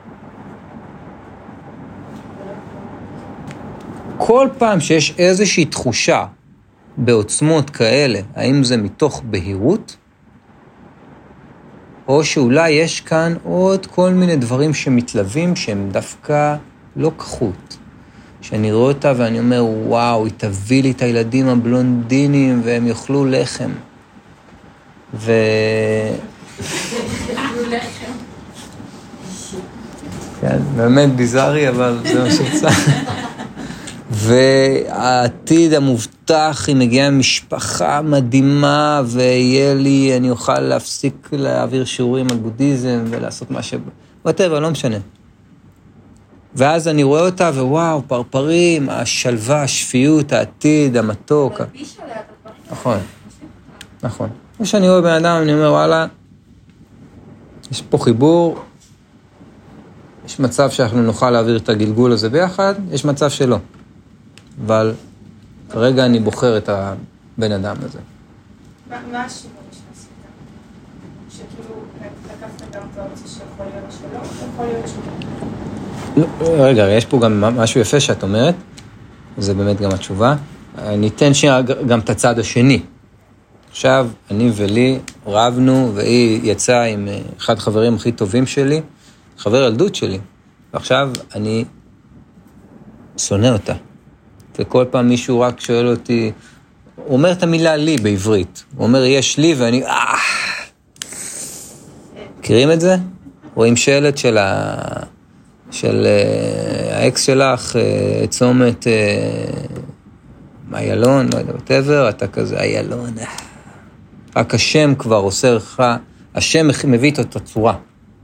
כל פעם שיש איזושהי תחושה בעוצמות כאלה, האם זה מתוך בהירות? או שאולי יש כאן עוד כל מיני דברים שמתלווים שהם דווקא לא כחות. שאני רואה אותה ואני אומר, וואו, היא תביא לי את הילדים הבלונדינים והם יאכלו לחם. ו... כן, באמת ביזארי, אבל זה מה שצא. והעתיד המובטח, היא מגיעה משפחה מדהימה, ויהיה לי, אני אוכל להפסיק להעביר שיעורים על בודהיזם, ולעשות מה ש... whatever, לא משנה. ואז אני רואה אותה, ווואו, פרפרים, השלווה, השפיות, העתיד, המתוק. נכון, נכון. כמו שאני רואה בן אדם, אני אומר, וואלה, יש פה חיבור, יש מצב שאנחנו נוכל להעביר את הגלגול הזה ביחד, יש מצב שלא. אבל כרגע אני בוחר את הבן אדם הזה. מה השינוי שעשית? שכאילו לקחת גם את האופציה שיכול להיות שלא, יכול להיות שלא. רגע, יש פה גם משהו יפה שאת אומרת, זה באמת גם התשובה. ניתן שנייה גם את הצד השני. עכשיו, אני ולי רבנו, והיא יצאה עם אחד החברים הכי טובים שלי, חבר ילדות שלי. ועכשיו אני שונא אותה. וכל פעם מישהו רק שואל אותי, הוא אומר את המילה לי בעברית. הוא אומר, יש לי, ואני, אה... מכירים את זה? רואים שלט של ה... של האקס שלך, צומת איילון, לא יודע, whatever, אתה כזה איילון, רק השם כבר עושה לך, השם מביא את הצורה.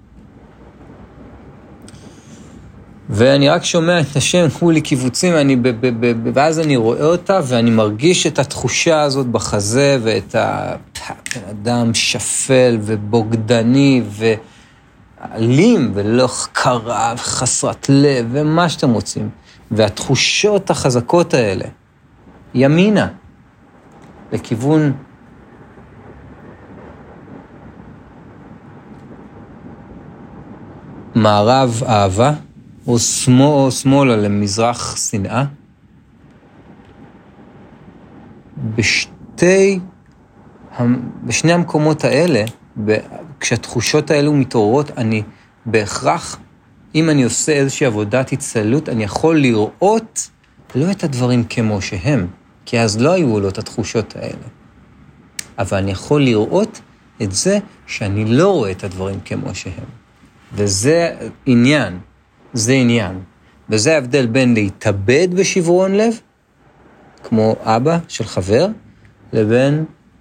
ואני רק שומע את השם, הוא לי קיבוצים, ואני, ב, ב, ב, ב, ואז אני רואה אותה, ואני מרגיש את התחושה הזאת בחזה, ואת האדם שפל ובוגדני, ואלים, ולא קרה, וחסרת לב, ומה שאתם רוצים. והתחושות החזקות האלה, ימינה, לכיוון מערב אהבה, או שמאל, שמאלה למזרח שנאה, בשתי, בשני המקומות האלה, כשהתחושות האלו מתעוררות, אני בהכרח, אם אני עושה איזושהי עבודת הצטללות, אני יכול לראות לא את הדברים כמו שהם, כי אז לא היו לו את התחושות האלה. אבל אני יכול לראות את זה שאני לא רואה את הדברים כמו שהם. וזה עניין, זה עניין. וזה ההבדל בין להתאבד בשברון לב, כמו אבא של חבר, לבין,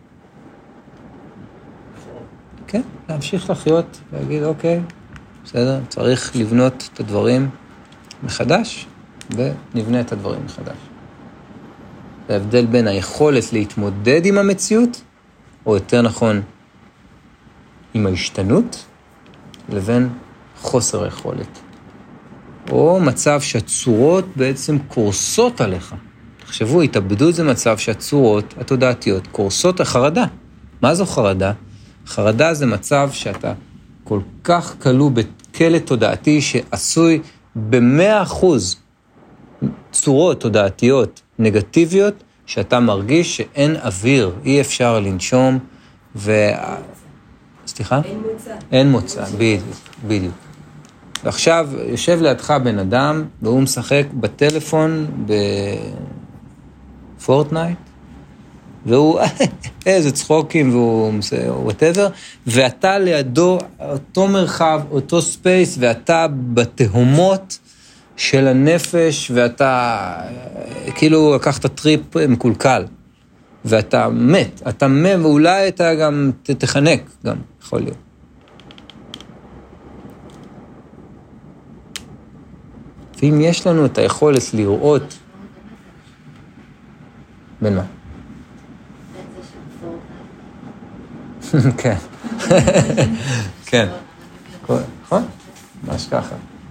כן, להמשיך לחיות, להגיד, אוקיי, בסדר, צריך לבנות את הדברים מחדש, ונבנה את הדברים מחדש. זה ההבדל בין היכולת להתמודד עם המציאות, או יותר נכון, עם ההשתנות, לבין חוסר היכולת. או מצב שהצורות בעצם קורסות עליך. תחשבו, התאבדות זה מצב שהצורות התודעתיות קורסות החרדה. מה זו חרדה? חרדה זה מצב שאתה כל כך כלוא בכלא תודעתי שעשוי במאה אחוז צורות תודעתיות נגטיביות, שאתה מרגיש שאין אוויר, אי אפשר לנשום, ו... סליחה? אין מוצא. אין מוצא, בדיוק, בדיוק. ועכשיו יושב לידך בן אדם, והוא משחק בטלפון בפורטנייט, והוא, איזה צחוקים, והוא, whatever, ואתה לידו, אותו מרחב, אותו ספייס, ואתה בתהומות של הנפש, ואתה כאילו לקחת טריפ מקולקל, ואתה מת, אתה מת, ואולי אתה גם תחנק, גם יכול להיות. ואם יש לנו את היכולת לראות, בין מה? כן, כן, נכון? ממש ככה.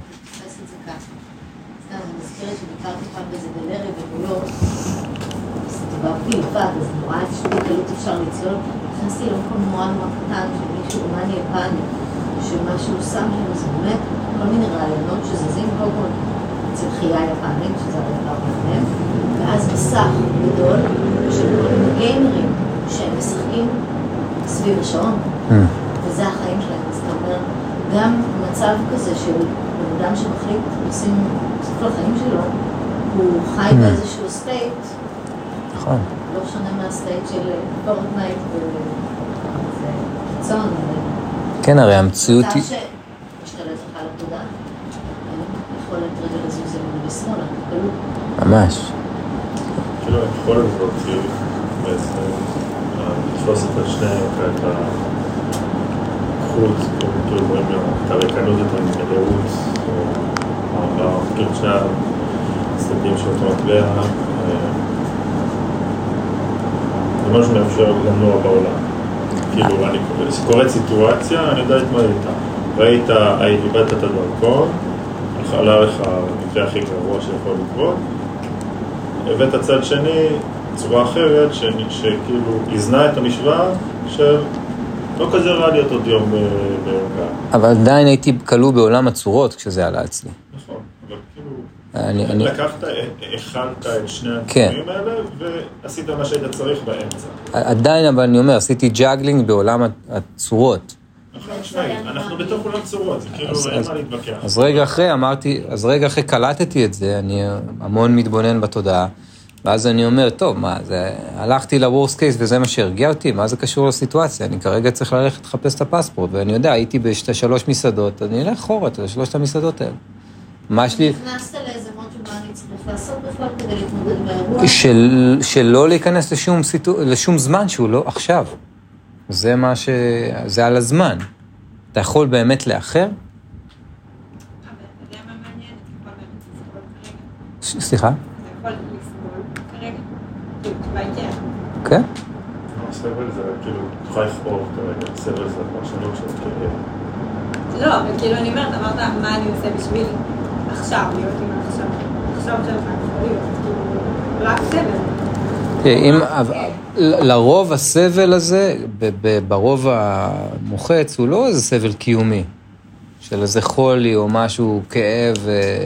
אני מזכירת שביקרתי פעם באיזה גלרי ובולו, דיברתי לבד, אז אני רואה איזשהו בקלות אפשר לצלול, נכנסתי למקום נורא נורא קטן, שמישהו אומני יפני, שמה שהוא שם שם זה באמת כל מיני רעיונות שזזים כל כל אצל חייה יפנית, שזה הדבר בפניהם, ואז מסך גדול של כל מיני גיימרים שהם משחקים סביב השעון, וזה החיים שלהם. אז אתה אומר, גם מצב כזה של בן אדם שמחליט לשים סוף לחיים שלו, הוא חי באיזשהו סטייט, נכון. לא שונה מהסטייט של פורטנייט וזה קיצון. כן, הרי המציאות היא... מצב שמשתלט לך על התודעה. יכולת רגע לזוז אלינו בשמאלה, קלו. ממש. כאילו, כל הזאת, כאילו, בעצם, לתפוס את השני, את החוץ, כאילו, רואים גם את הריקנות, את המלאות, או כאילו שני הצדדים של אותו מטבע, זה משהו מאפשר לנוע בעולם. כאילו, אני קוראת סיטואציה, אני יודע מה הייתה. ראית, איבדת את הדרכון, עלה לך המקרה הכי גרוע שיכול לקרות, הבאת צד שני, צורה אחרת, שכאילו הזנה את המשוואה של לא כזה רע להיות עוד יום בהרגעה. אבל עדיין הייתי קלו בעולם הצורות כשזה עלה אצלי. נכון, אבל כאילו... אני, אני... לקחת, הכלת את שני הדברים האלה, ועשית מה שהיית צריך באמצע. עדיין, אבל אני אומר, עשיתי ג'אגלינג בעולם הצורות. אנחנו בתוך עולם צורות, זה כאילו אין מה להתווכח. אז רגע אחרי אמרתי, אז רגע אחרי קלטתי את זה, אני המון מתבונן בתודעה, ואז אני אומר, טוב, מה, זה, הלכתי לוורסט קייס וזה מה שהרגיע אותי, מה זה קשור לסיטואציה? אני כרגע צריך ללכת לחפש את הפספורט, ואני יודע, הייתי בשתי שלוש מסעדות, אני אלך אחורת לשלושת המסעדות האלה. מה יש לי... נכנסת לאיזה מוד שמה אני צריך לעשות בכלל כדי להתמודד באירוע? של, שלא להיכנס לשום, סיטו... לשום זמן שהוא לא עכשיו. זה מה ש... זה על הזמן. אתה יכול באמת לאחר? סליחה? אתה יכול לסבול כרגע? כאילו, תבייתיה. כן? סבל זה כאילו, תוכל לכאוב כרגע, סבל זה הפרשנות של כאב. לא, אבל כאילו אני אומרת, אמרת מה אני עושה בשביל עכשיו, להיות עם עכשיו. עכשיו שלך יכול להיות, כאילו, רק סבל. אם, לרוב הסבל הזה, ברוב המוחץ, הוא לא איזה סבל קיומי, של איזה חולי או משהו, כאב.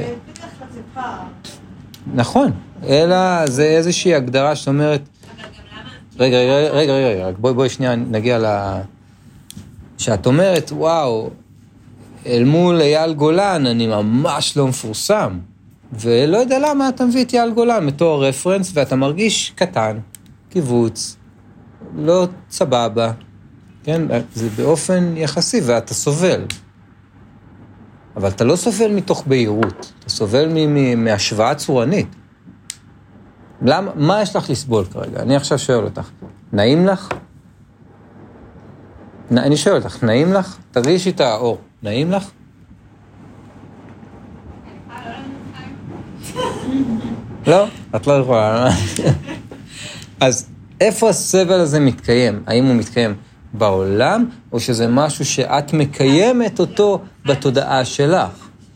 נכון, אלא זה איזושהי הגדרה שאת אומרת, רגע, רגע, רגע, רגע, בואי, בואי שנייה נגיע ל... שאת אומרת, וואו, אל מול אייל גולן אני ממש לא מפורסם, ולא יודע למה אתה מביא את אייל גולן בתור רפרנס, ואתה מרגיש קטן, קיבוץ, לא סבבה, כן? זה באופן יחסי, ואתה סובל. אבל אתה לא סובל מתוך בהירות, אתה סובל מהשוואה צורנית. למה? מה יש לך לסבול כרגע? אני עכשיו שואל אותך, נעים לך? אני שואל אותך, נעים לך? תרגישי את האור, נעים לך? לא, את לא יכולה. אז איפה הסבל הזה מתקיים? האם הוא מתקיים בעולם, או שזה משהו שאת מקיימת אותו בתודעה שלך?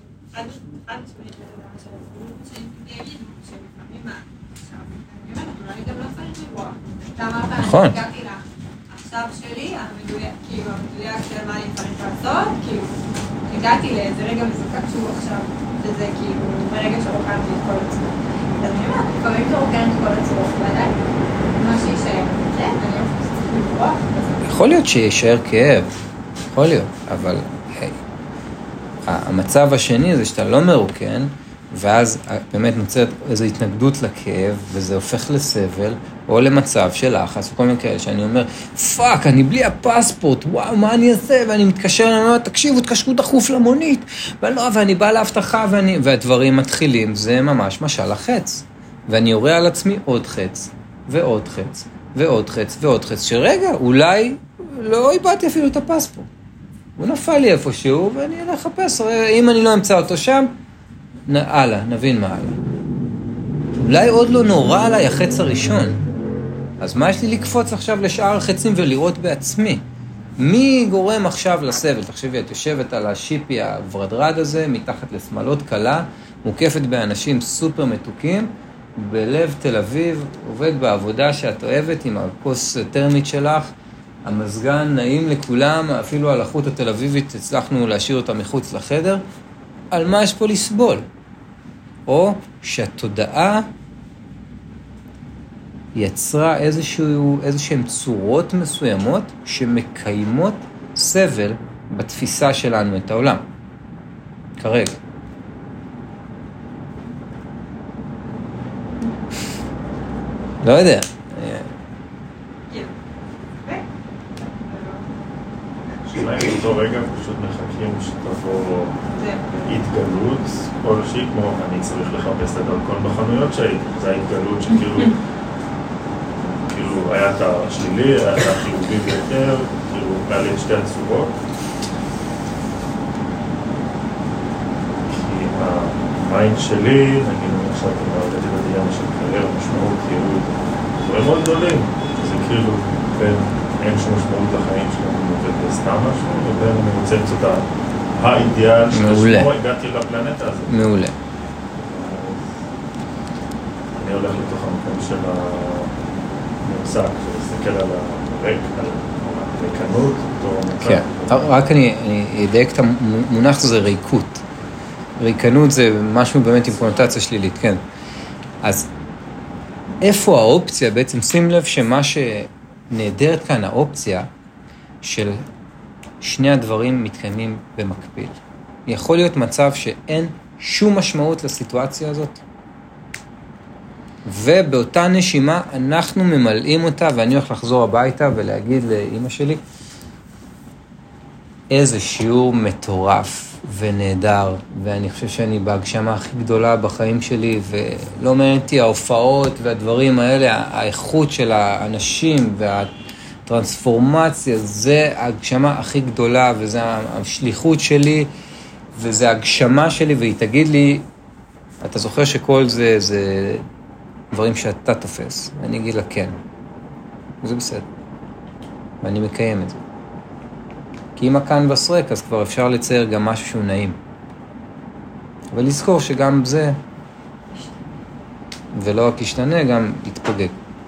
נכון. עכשיו שלי, המדויק, כאילו, המדויק של מה אני צריך לעשות, כאילו, הגעתי לאיזה רגע מזוקק שהוא עכשיו, שזה כאילו, ברגע שרוקנתי את כל הצורות. אז אני אומרת, לפעמים שרוקן את כל הצורות, ועדיין, מה שישאר, כן, אני חושבת שצריך לברוח. יכול להיות שישאר כאב, יכול להיות, אבל היי, המצב השני זה שאתה לא מרוקן, ואז באמת נוצרת איזו התנגדות לכאב, וזה הופך לסבל, או למצב של לחץ, וכל מיני כאלה, שאני אומר, פאק, אני בלי הפספורט, וואו, מה אני אעשה? ואני מתקשר, אני אומר, תקשיבו, תקשרו דחוף למונית, ולא, ואני בא להבטחה, ואני... והדברים מתחילים, זה ממש משל החץ. ואני יורה על עצמי עוד חץ, ועוד חץ, ועוד חץ, ועוד חץ, שרגע, אולי לא איבדתי אפילו את הפספורט. הוא נפל לי איפשהו, ואני אלך לחפש, אם אני לא אמצא אותו שם, הלאה, נבין מה הלאה. אולי עוד לא נורא עליי החץ הראשון. אז מה יש לי לקפוץ עכשיו לשאר החצים ולראות בעצמי? מי גורם עכשיו לסבל? תחשבי, את יושבת על השיפי הוורדרד הזה, מתחת לשמאלות קלה, מוקפת באנשים סופר מתוקים, בלב תל אביב, עובד בעבודה שאת אוהבת עם הכוס טרמית שלך, המזגן נעים לכולם, אפילו על החוט התל אביבית הצלחנו להשאיר אותה מחוץ לחדר. על מה יש פה לסבול? או שהתודעה יצרה איזשהו, איזשהם צורות מסוימות שמקיימות סבל בתפיסה שלנו את העולם. כרגע. לא יודע. שאולי באותו רגע פשוט מחכים שתבוא התגלות כלשהי, כמו אני צריך לחפש את הדרכון בחנויות שהייתי, זה ההתגלות שכאילו כאילו היה את השלילי, היה את החיובי ביותר, כאילו היה לי את שתי הצורות. כי המיינד שלי, נגיד עכשיו אני מעודד את הדיאמה של קריירה, משמעות, כאילו דברים מאוד גדולים, זה כאילו בין אין שום משמעות לחיים שלנו, זה סתם משהו, ובין אני רוצה למצוא את האידיאל שלשמו הגעתי לפלנטה הזאת. מעולה. אני הולך לתוך המקום של המושג, שמסתכל על הרק, על הריקנות, אותו מצב. כן, רק אני אדייק את המונח הזה, ריקות. ריקנות זה משהו באמת עם קונוטציה שלילית, כן. אז איפה האופציה? בעצם שים לב שמה שנהדרת כאן, האופציה של שני הדברים מתקיימים במקביל. יכול להיות מצב שאין שום משמעות לסיטואציה הזאת, ובאותה נשימה אנחנו ממלאים אותה, ואני הולך לחזור הביתה ולהגיד לאמא שלי, איזה שיעור מטורף ונהדר, ואני חושב שאני בהגשמה הכי גדולה בחיים שלי, ולא מענייתי ההופעות והדברים האלה, האיכות של האנשים והטרנספורמציה, זה ההגשמה הכי גדולה, וזה השליחות שלי, וזה ההגשמה שלי, והיא תגיד לי, אתה זוכר שכל זה, זה דברים שאתה תופס, ואני אגיד לה כן, וזה בסדר, ואני מקיים את זה. כי אם הכאן בסרק, אז כבר אפשר לצייר גם משהו שהוא נעים. אבל לזכור שגם זה, ולא רק ישתנה, גם יתפוגג.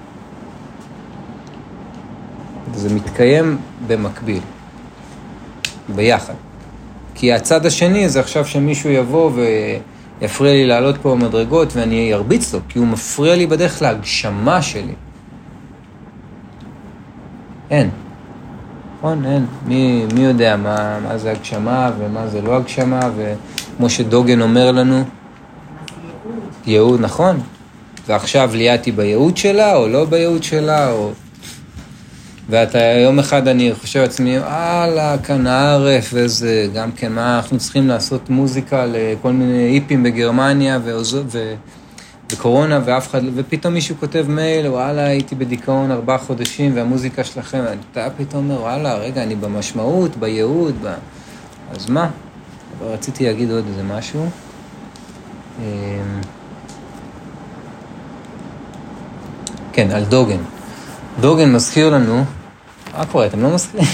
זה מתקיים במקביל, ביחד. כי הצד השני זה עכשיו שמישהו יבוא ויפריע לי לעלות פה במדרגות, ואני ארביץ לו, כי הוא מפריע לי בדרך להגשמה שלי. אין. נכון, אין. מי, מי יודע מה, מה זה הגשמה ומה זה לא הגשמה, וכמו שדוגן אומר לנו, ייעוד, נכון. ועכשיו ליאתי בייעוד שלה, או לא בייעוד שלה, או... ואתה יום אחד אני חושב עצמי, אהלה, כאן הערף, וזה גם כן, מה אנחנו צריכים לעשות מוזיקה לכל מיני היפים בגרמניה, ועוז... ו... בקורונה, ואף אחד, ופתאום מישהו כותב מייל, וואלה, הייתי בדיכאון ארבעה חודשים, והמוזיקה שלכם, אתה פתאום אומר, וואלה, רגע, אני במשמעות, בייעוד, ב... אז מה? אבל רציתי להגיד עוד איזה משהו. כן, על דוגן. דוגן מזכיר לנו, מה קורה, אתם לא מזכירים?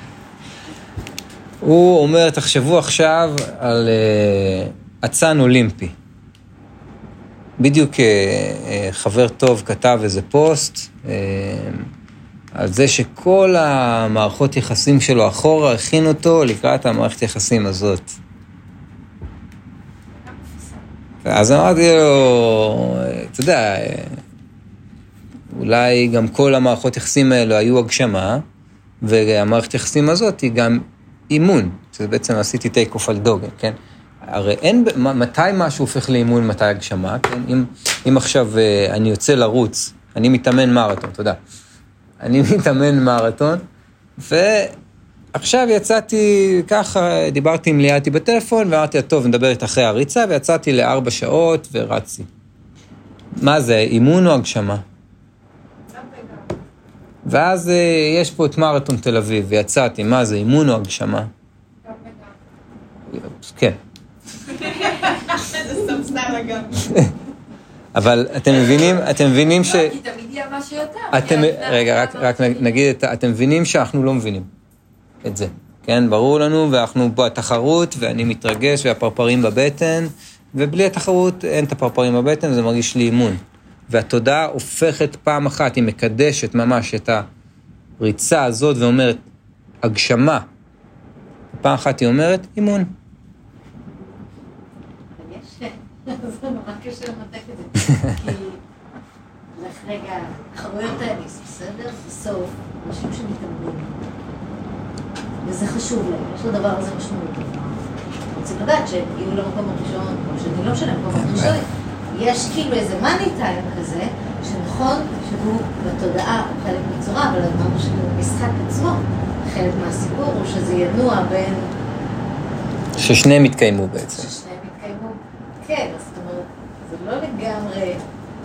הוא אומר, תחשבו עכשיו על אצן אולימפי. בדיוק חבר טוב כתב איזה פוסט על זה שכל המערכות יחסים שלו אחורה הכין אותו לקראת המערכת יחסים הזאת. אז אמרתי לו, אתה יודע, אולי גם כל המערכות יחסים האלו היו הגשמה, והמערכת יחסים הזאת היא גם אימון. שזה בעצם עשיתי טייק אוף על דוגן, כן? הרי אין, מתי משהו הופך לאימון, מתי הגשמה, כן? אם, אם עכשיו אני יוצא לרוץ, אני מתאמן מרתון, תודה. אני מתאמן מרתון, ועכשיו יצאתי ככה, דיברתי עם ליאתי בטלפון, ואמרתי, טוב, נדבר איתה אחרי הריצה, ויצאתי לארבע שעות ורצתי. מה זה, אימון או הגשמה? ואז יש פה את מרתון תל אביב, ויצאתי, מה זה, אימון או הגשמה? כן. זה סתם סטייל אגב. אבל אתם מבינים, אתם מבינים ש... כי תמיד יהיה משהו יותר. רגע, רק נגיד, אתם מבינים שאנחנו לא מבינים את זה. כן, ברור לנו, ואנחנו בתחרות, ואני מתרגש, והפרפרים בבטן, ובלי התחרות אין את הפרפרים בבטן, זה מרגיש לי אימון. והתודעה הופכת פעם אחת, היא מקדשת ממש את הריצה הזאת, ואומרת, הגשמה. פעם אחת היא אומרת, אימון. זה נורא קשה למתק את זה, כי לך רגע, חרויות טניס, בסדר? בסוף, אנשים שמתאמנים, וזה חשוב להם, יש לדבר הזה משמעות. רוצים לדעת שיהיו למקום הראשון, או שאני לא משנה למקום הראשון, יש כאילו איזה מאני טיים כזה, שנכון שהוא בתודעה הוא חלק מצורה, אבל אמרנו שבמשחק עצמו, חלק מהסיפור הוא שזה ינוע בין... ששניהם יתקיימו בעצם. ששניהם יתקיימו, כן, זאת אומרת, זה לא לגמרי...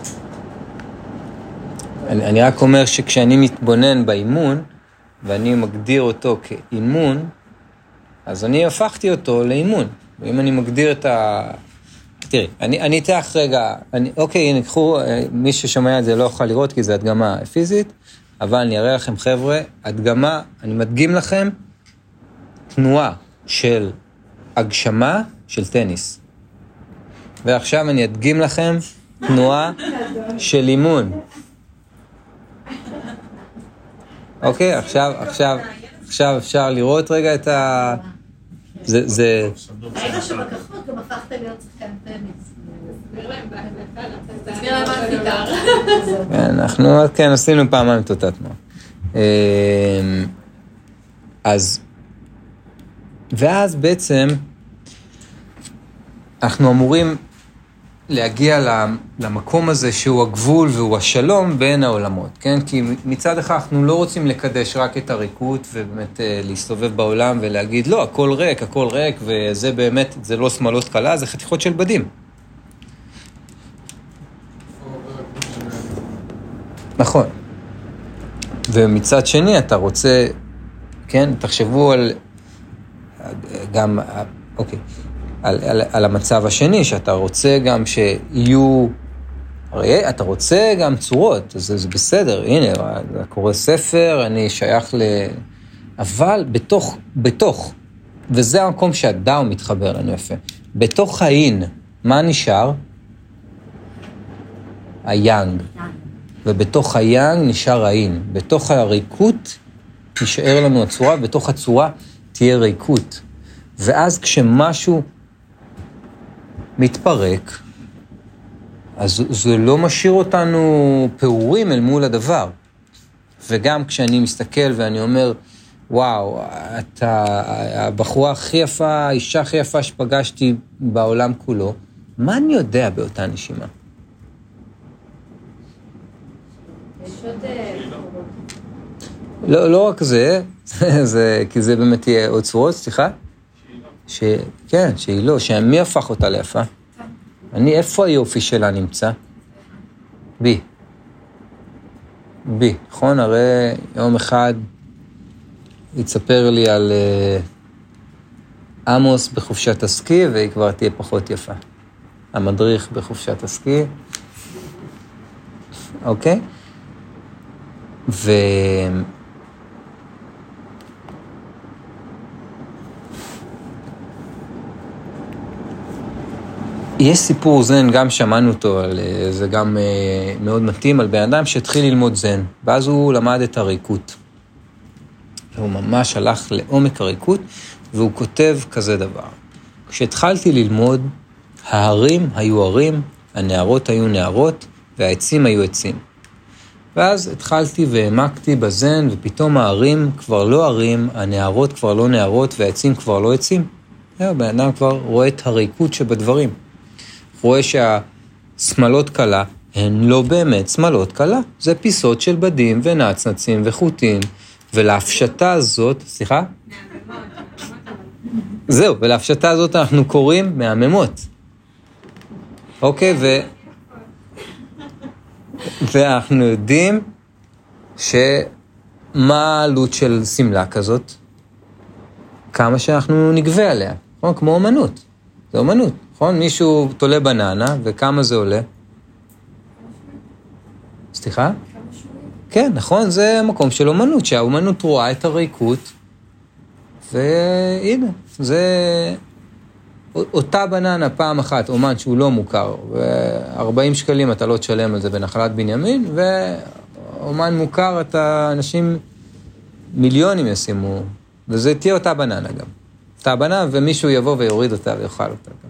אני, אני רק אומר שכשאני מתבונן באימון, ואני מגדיר אותו כאימון, אז אני הפכתי אותו לאימון. ואם אני מגדיר את ה... תראי, אני, אני אתך רגע, אני, אוקיי, הנה, קחו, מי ששומע את זה לא יכול לראות, כי זה הדגמה פיזית, אבל אני אראה לכם, חבר'ה, הדגמה, אני מדגים לכם תנועה של הגשמה של טניס. ועכשיו אני אדגים לכם תנועה של אימון. אוקיי, עכשיו, עכשיו, עכשיו אפשר לראות רגע את ה... זה, זה... רגע שבכחול גם הפכת להיות שחקן טניס. תסביר להם תסביר להם מה עשית. אנחנו, כן, עשינו פעמיים את אותה תנועה. אז, ואז בעצם, אנחנו אמורים להגיע למקום הזה שהוא הגבול והוא השלום בין העולמות, כן? כי מצד אחד אנחנו לא רוצים לקדש רק את הריקות ובאמת להסתובב בעולם ולהגיד, לא, הכל ריק, הכל ריק, וזה באמת, זה לא שמאלות קלה, זה חתיכות של בדים. נכון. ומצד שני אתה רוצה, כן, תחשבו על, גם, אוקיי. על, על, על המצב השני, שאתה רוצה גם שיהיו, הרי אתה רוצה גם צורות, זה, זה בסדר, הנה, אתה קורא ספר, אני שייך ל... אבל בתוך, בתוך, וזה המקום שהדאו מתחבר לנו יפה, בתוך האין, מה נשאר? היאנג. ובתוך היאנג נשאר האין. בתוך הריקות נשאר לנו הצורה, בתוך הצורה תהיה ריקות. ואז כשמשהו מתפרק, אז זה לא משאיר אותנו פעורים אל מול הדבר. וגם כשאני מסתכל ואני אומר, וואו, אתה הבחורה הכי יפה, האישה הכי יפה שפגשתי בעולם כולו, מה אני יודע באותה נשימה? לא, לא רק זה, זה, כי זה באמת יהיה עוד צורות, סליחה? ש... כן, שהיא לא, שמי הפך אותה ליפה? אני, איפה היופי שלה נמצא? בי. בי, נכון? הרי יום אחד יצפר לי על uh, עמוס בחופשת הסקי, והיא כבר תהיה פחות יפה. המדריך בחופשת הסקי. אוקיי? ו... יש סיפור זן, גם שמענו אותו, על, זה גם uh, מאוד מתאים, על בן אדם שהתחיל ללמוד זן, ואז הוא למד את הריקות. והוא ממש הלך לעומק הריקות, והוא כותב כזה דבר. כשהתחלתי ללמוד, ההרים היו הרים, הנערות היו נערות, והעצים היו עצים. ואז התחלתי והעמקתי בזן, ופתאום ההרים כבר לא הרים, הנערות כבר לא נערות, והעצים כבר לא עצים. בן אדם כבר רואה את הריקות שבדברים. רואה שהסמלות קלה הן לא באמת סמלות קלה. זה פיסות של בדים ונצנצים וחוטים, ולהפשטה הזאת, סליחה? זהו, ולהפשטה הזאת אנחנו קוראים מהממות. אוקיי, ו... ואנחנו יודעים שמה העלות של סמלה כזאת? כמה שאנחנו נגבה עליה, נכון? כמו אומנות. זה אומנות, נכון? מישהו תולה בננה, וכמה זה עולה? סליחה? כן, נכון, זה מקום של אומנות, שהאומנות רואה את הריקות, והנה, זה... אותה בננה פעם אחת, אומן שהוא לא מוכר, ו-ארבעים שקלים אתה לא תשלם על זה בנחלת בנימין, ואומן מוכר, אתה אנשים מיליונים ישימו, וזה תהיה אותה בננה גם. אותה בננה, ומישהו יבוא ויוריד אותה ויאכל אותה גם.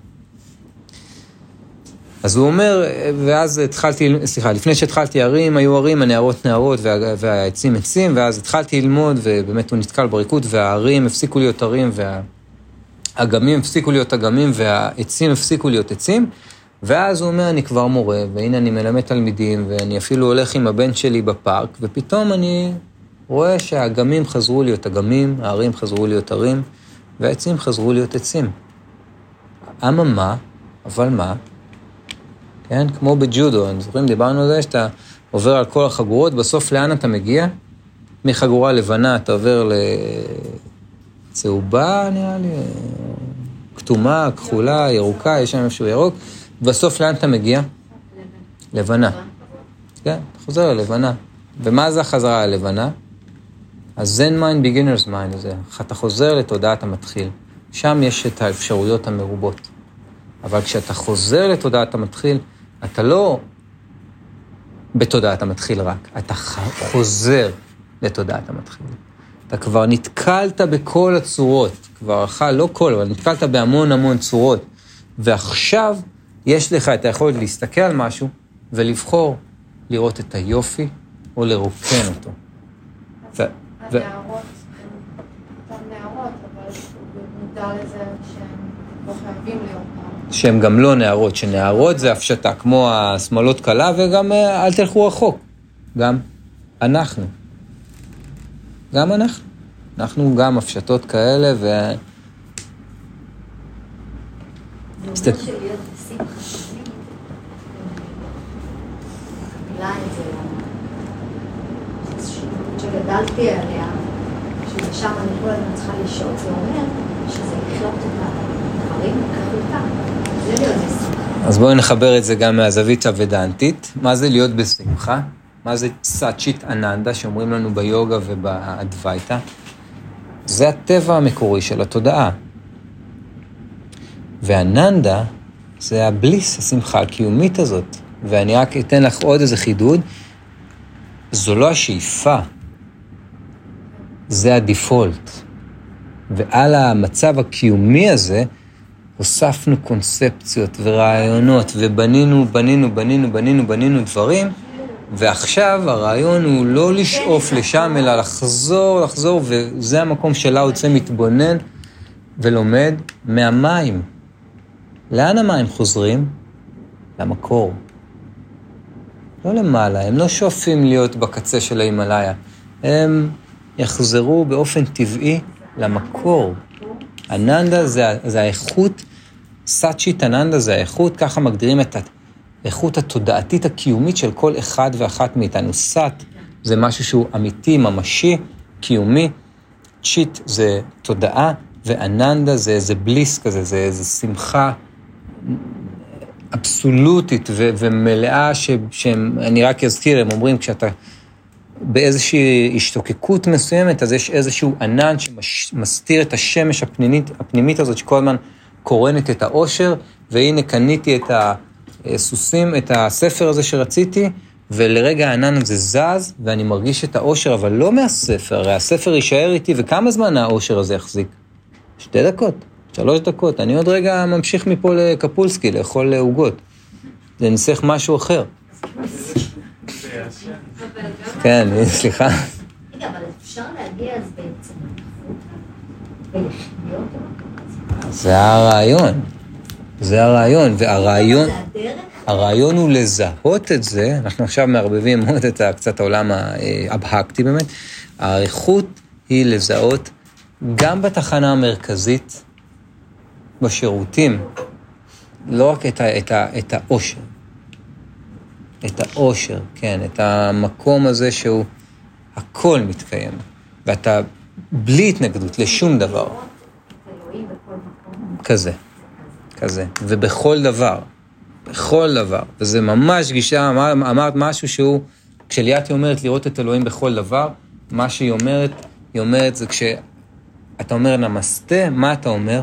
אז הוא אומר, ואז התחלתי, סליחה, לפני שהתחלתי הרים, היו הרים, הנערות נערות וה, והעצים עצים, ואז התחלתי ללמוד, ובאמת הוא נתקל בריקות, וההרים הפסיקו להיות הרים, והאגמים הפסיקו להיות אגמים, והעצים הפסיקו להיות עצים, ואז הוא אומר, אני כבר מורה, והנה אני מלמד תלמידים, ואני אפילו הולך עם הבן שלי בפארק, ופתאום אני רואה שהאגמים חזרו להיות אגמים, ההרים חזרו להיות הרים, והעצים חזרו להיות עצים. אממה, אבל מה? כן, כמו בג'ודו, אני זוכרים, דיברנו על זה, שאתה עובר על כל החגורות, בסוף לאן אתה מגיע? מחגורה לבנה אתה עובר לצהובה, נראה לי, כתומה, כחולה, ירוקה, יש שם איפשהו ירוק, בסוף לאן אתה מגיע? לבנה. כן, אתה חוזר ללבנה. ומה זה החזרה הלבנה? ה-Zen mind, beginner's mind הזה. אתה חוזר לתודעת המתחיל. שם יש את האפשרויות המרובות. אבל כשאתה חוזר לתודעת המתחיל, אתה לא בתודעת המתחיל רק, אתה חוזר לתודעת המתחיל. אתה כבר נתקלת בכל הצורות, כבר אחר, לא כל, אבל נתקלת בהמון המון צורות, ועכשיו יש לך את היכולת להסתכל על משהו ולבחור לראות את היופי או לרוקן אותו. הנערות, אותן נערות, אבל מודע לזה שהם לא חייבים להיות נערות. שהם גם לא נערות, שנערות זה הפשטה, כמו השמאלות קלה, וגם אל תלכו רחוק. גם אנחנו. גם אנחנו. אנחנו גם הפשטות כאלה, ו... זה אומר שלהיות בשמחה תמיד, המילה את זה, שגדלתי עליה, שבשם אני כל הזמן צריכה לשאול, זה אומר שזה לחיות את הדברים כחלותם. זה להיות בשמחה. אז בואו נחבר את זה גם מהזווית הוודנטית. מה זה להיות בשמחה? מה זה סאצ'יט אננדה שאומרים לנו ביוגה ובאדווייתא? זה הטבע המקורי של התודעה. ואננדה זה הבליס, השמחה הקיומית הזאת. ואני רק אתן לך עוד איזה חידוד. זו לא השאיפה, זה הדיפולט. ועל המצב הקיומי הזה, הוספנו קונספציות ורעיונות, ובנינו, בנינו, בנינו, בנינו, בנינו דברים, ועכשיו הרעיון הוא לא לשאוף לשם, אלא לחזור, לחזור, וזה המקום שלה יוצא מתבונן ולומד מהמים. לאן המים חוזרים? למקור. לא למעלה, הם לא שואפים להיות בקצה של ההימאליה. הם יחזרו באופן טבעי למקור. אננדה זה, זה האיכות, סאצ'יט אננדה זה האיכות, ככה מגדירים את האיכות התודעתית הקיומית של כל אחד ואחת מאיתנו. סאט זה משהו שהוא אמיתי, ממשי, קיומי. צ'יט זה תודעה, ואננדה זה איזה בליס כזה, זה איזה שמחה אבסולוטית ו- ומלאה ש- שאני רק אזכיר, הם אומרים כשאתה באיזושהי השתוקקות מסוימת, אז יש איזשהו ענן שמסתיר את השמש הפנימית, הפנימית הזאת שכל הזמן קורנת את האושר, והנה קניתי את הסוסים, את הספר הזה שרציתי, ולרגע הענן הזה זז, ואני מרגיש את האושר, אבל לא מהספר, הרי הספר יישאר איתי, וכמה זמן האושר הזה יחזיק? שתי דקות, שלוש דקות, אני עוד רגע ממשיך מפה לקפולסקי, לאכול עוגות. זה ניסח משהו אחר. כן, סליחה. רגע, אבל אפשר להגיע אז בעצם ולחיות אותו? זה הרעיון. זה הרעיון, והרעיון... הרעיון הוא לזהות את זה, אנחנו עכשיו מערבבים מאוד את קצת העולם האבהקטי באמת, האיכות היא לזהות גם בתחנה המרכזית, בשירותים, לא רק את, ה, את, ה, את האושר, את האושר, כן, את המקום הזה שהוא הכל מתקיים, ואתה בלי התנגדות לשום דבר. כזה, כזה, ובכל דבר. בכל דבר, וזה ממש גישה, אמר, אמרת משהו שהוא, כשליאתי אומרת לראות את אלוהים בכל דבר, מה שהיא אומרת, היא אומרת זה כשאתה אומר נמסטה, מה אתה אומר?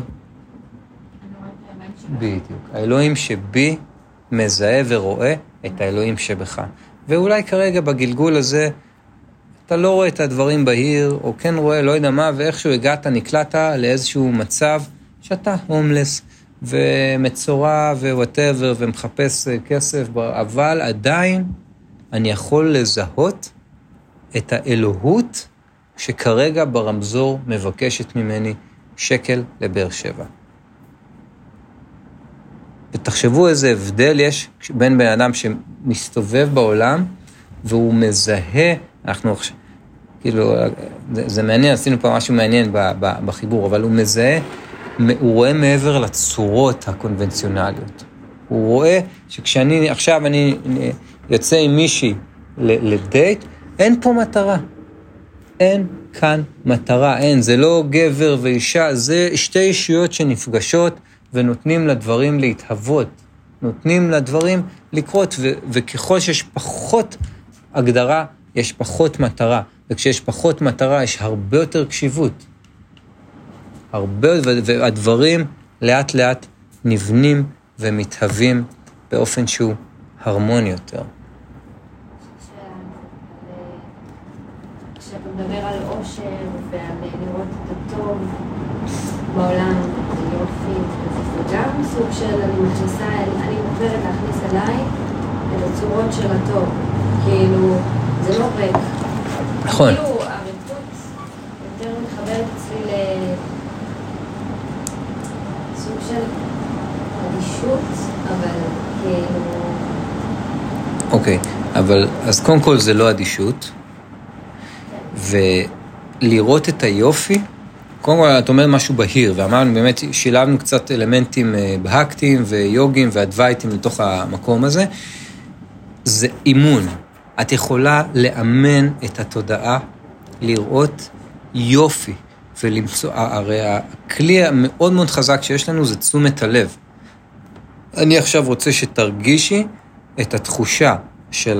בדיוק, האלוהים שבי מזהה ורואה את האלוהים שבך. ואולי כרגע בגלגול הזה, אתה לא רואה את הדברים בהיר, או כן רואה, לא יודע מה, ואיכשהו הגעת, נקלעת לאיזשהו מצב שאתה הומלס, ומצורע ווואטאבר, ומחפש כסף, אבל עדיין אני יכול לזהות את האלוהות שכרגע ברמזור מבקשת ממני שקל לבאר שבע. ותחשבו איזה הבדל יש בין בן אדם שמסתובב בעולם, והוא מזהה, אנחנו עכשיו, כאילו, זה, זה מעניין, עשינו פה משהו מעניין בחיבור, אבל הוא מזהה, הוא רואה מעבר לצורות הקונבנציונליות. הוא רואה שכשאני, עכשיו אני יוצא עם מישהי לדייט, אין פה מטרה. אין כאן מטרה, אין, זה לא גבר ואישה, זה שתי אישיות שנפגשות ונותנים לדברים להתהוות, נותנים לדברים לקרות, ו- וככל שיש פחות הגדרה יש פחות מטרה, וכשיש פחות מטרה, יש הרבה יותר קשיבות. הרבה, והדברים לאט לאט נבנים ומתהווים באופן שהוא הרמוני יותר. כשאתה מדבר על אושר ועל לראות את הטוב בעולם, יופי, זה גם סוג של אני מכניסה, אני בוחרת להכניס אליי את הצורות של הטוב. כאילו, זה לא ריק. נכון. כאילו, הריקות יותר מחברת אצלי לסוג של אדישות, אבל כאילו... אוקיי, אבל אז קודם כל זה לא אדישות, ולראות את היופי, קודם כל את אומרת משהו בהיר, ואמרנו באמת שילבנו קצת אלמנטים בהקטיים ויוגים והדווייטים לתוך המקום הזה, זה אימון. את יכולה לאמן את התודעה, לראות יופי, ולמצוא, הרי הכלי המאוד מאוד חזק שיש לנו זה תשומת הלב. אני עכשיו רוצה שתרגישי את התחושה של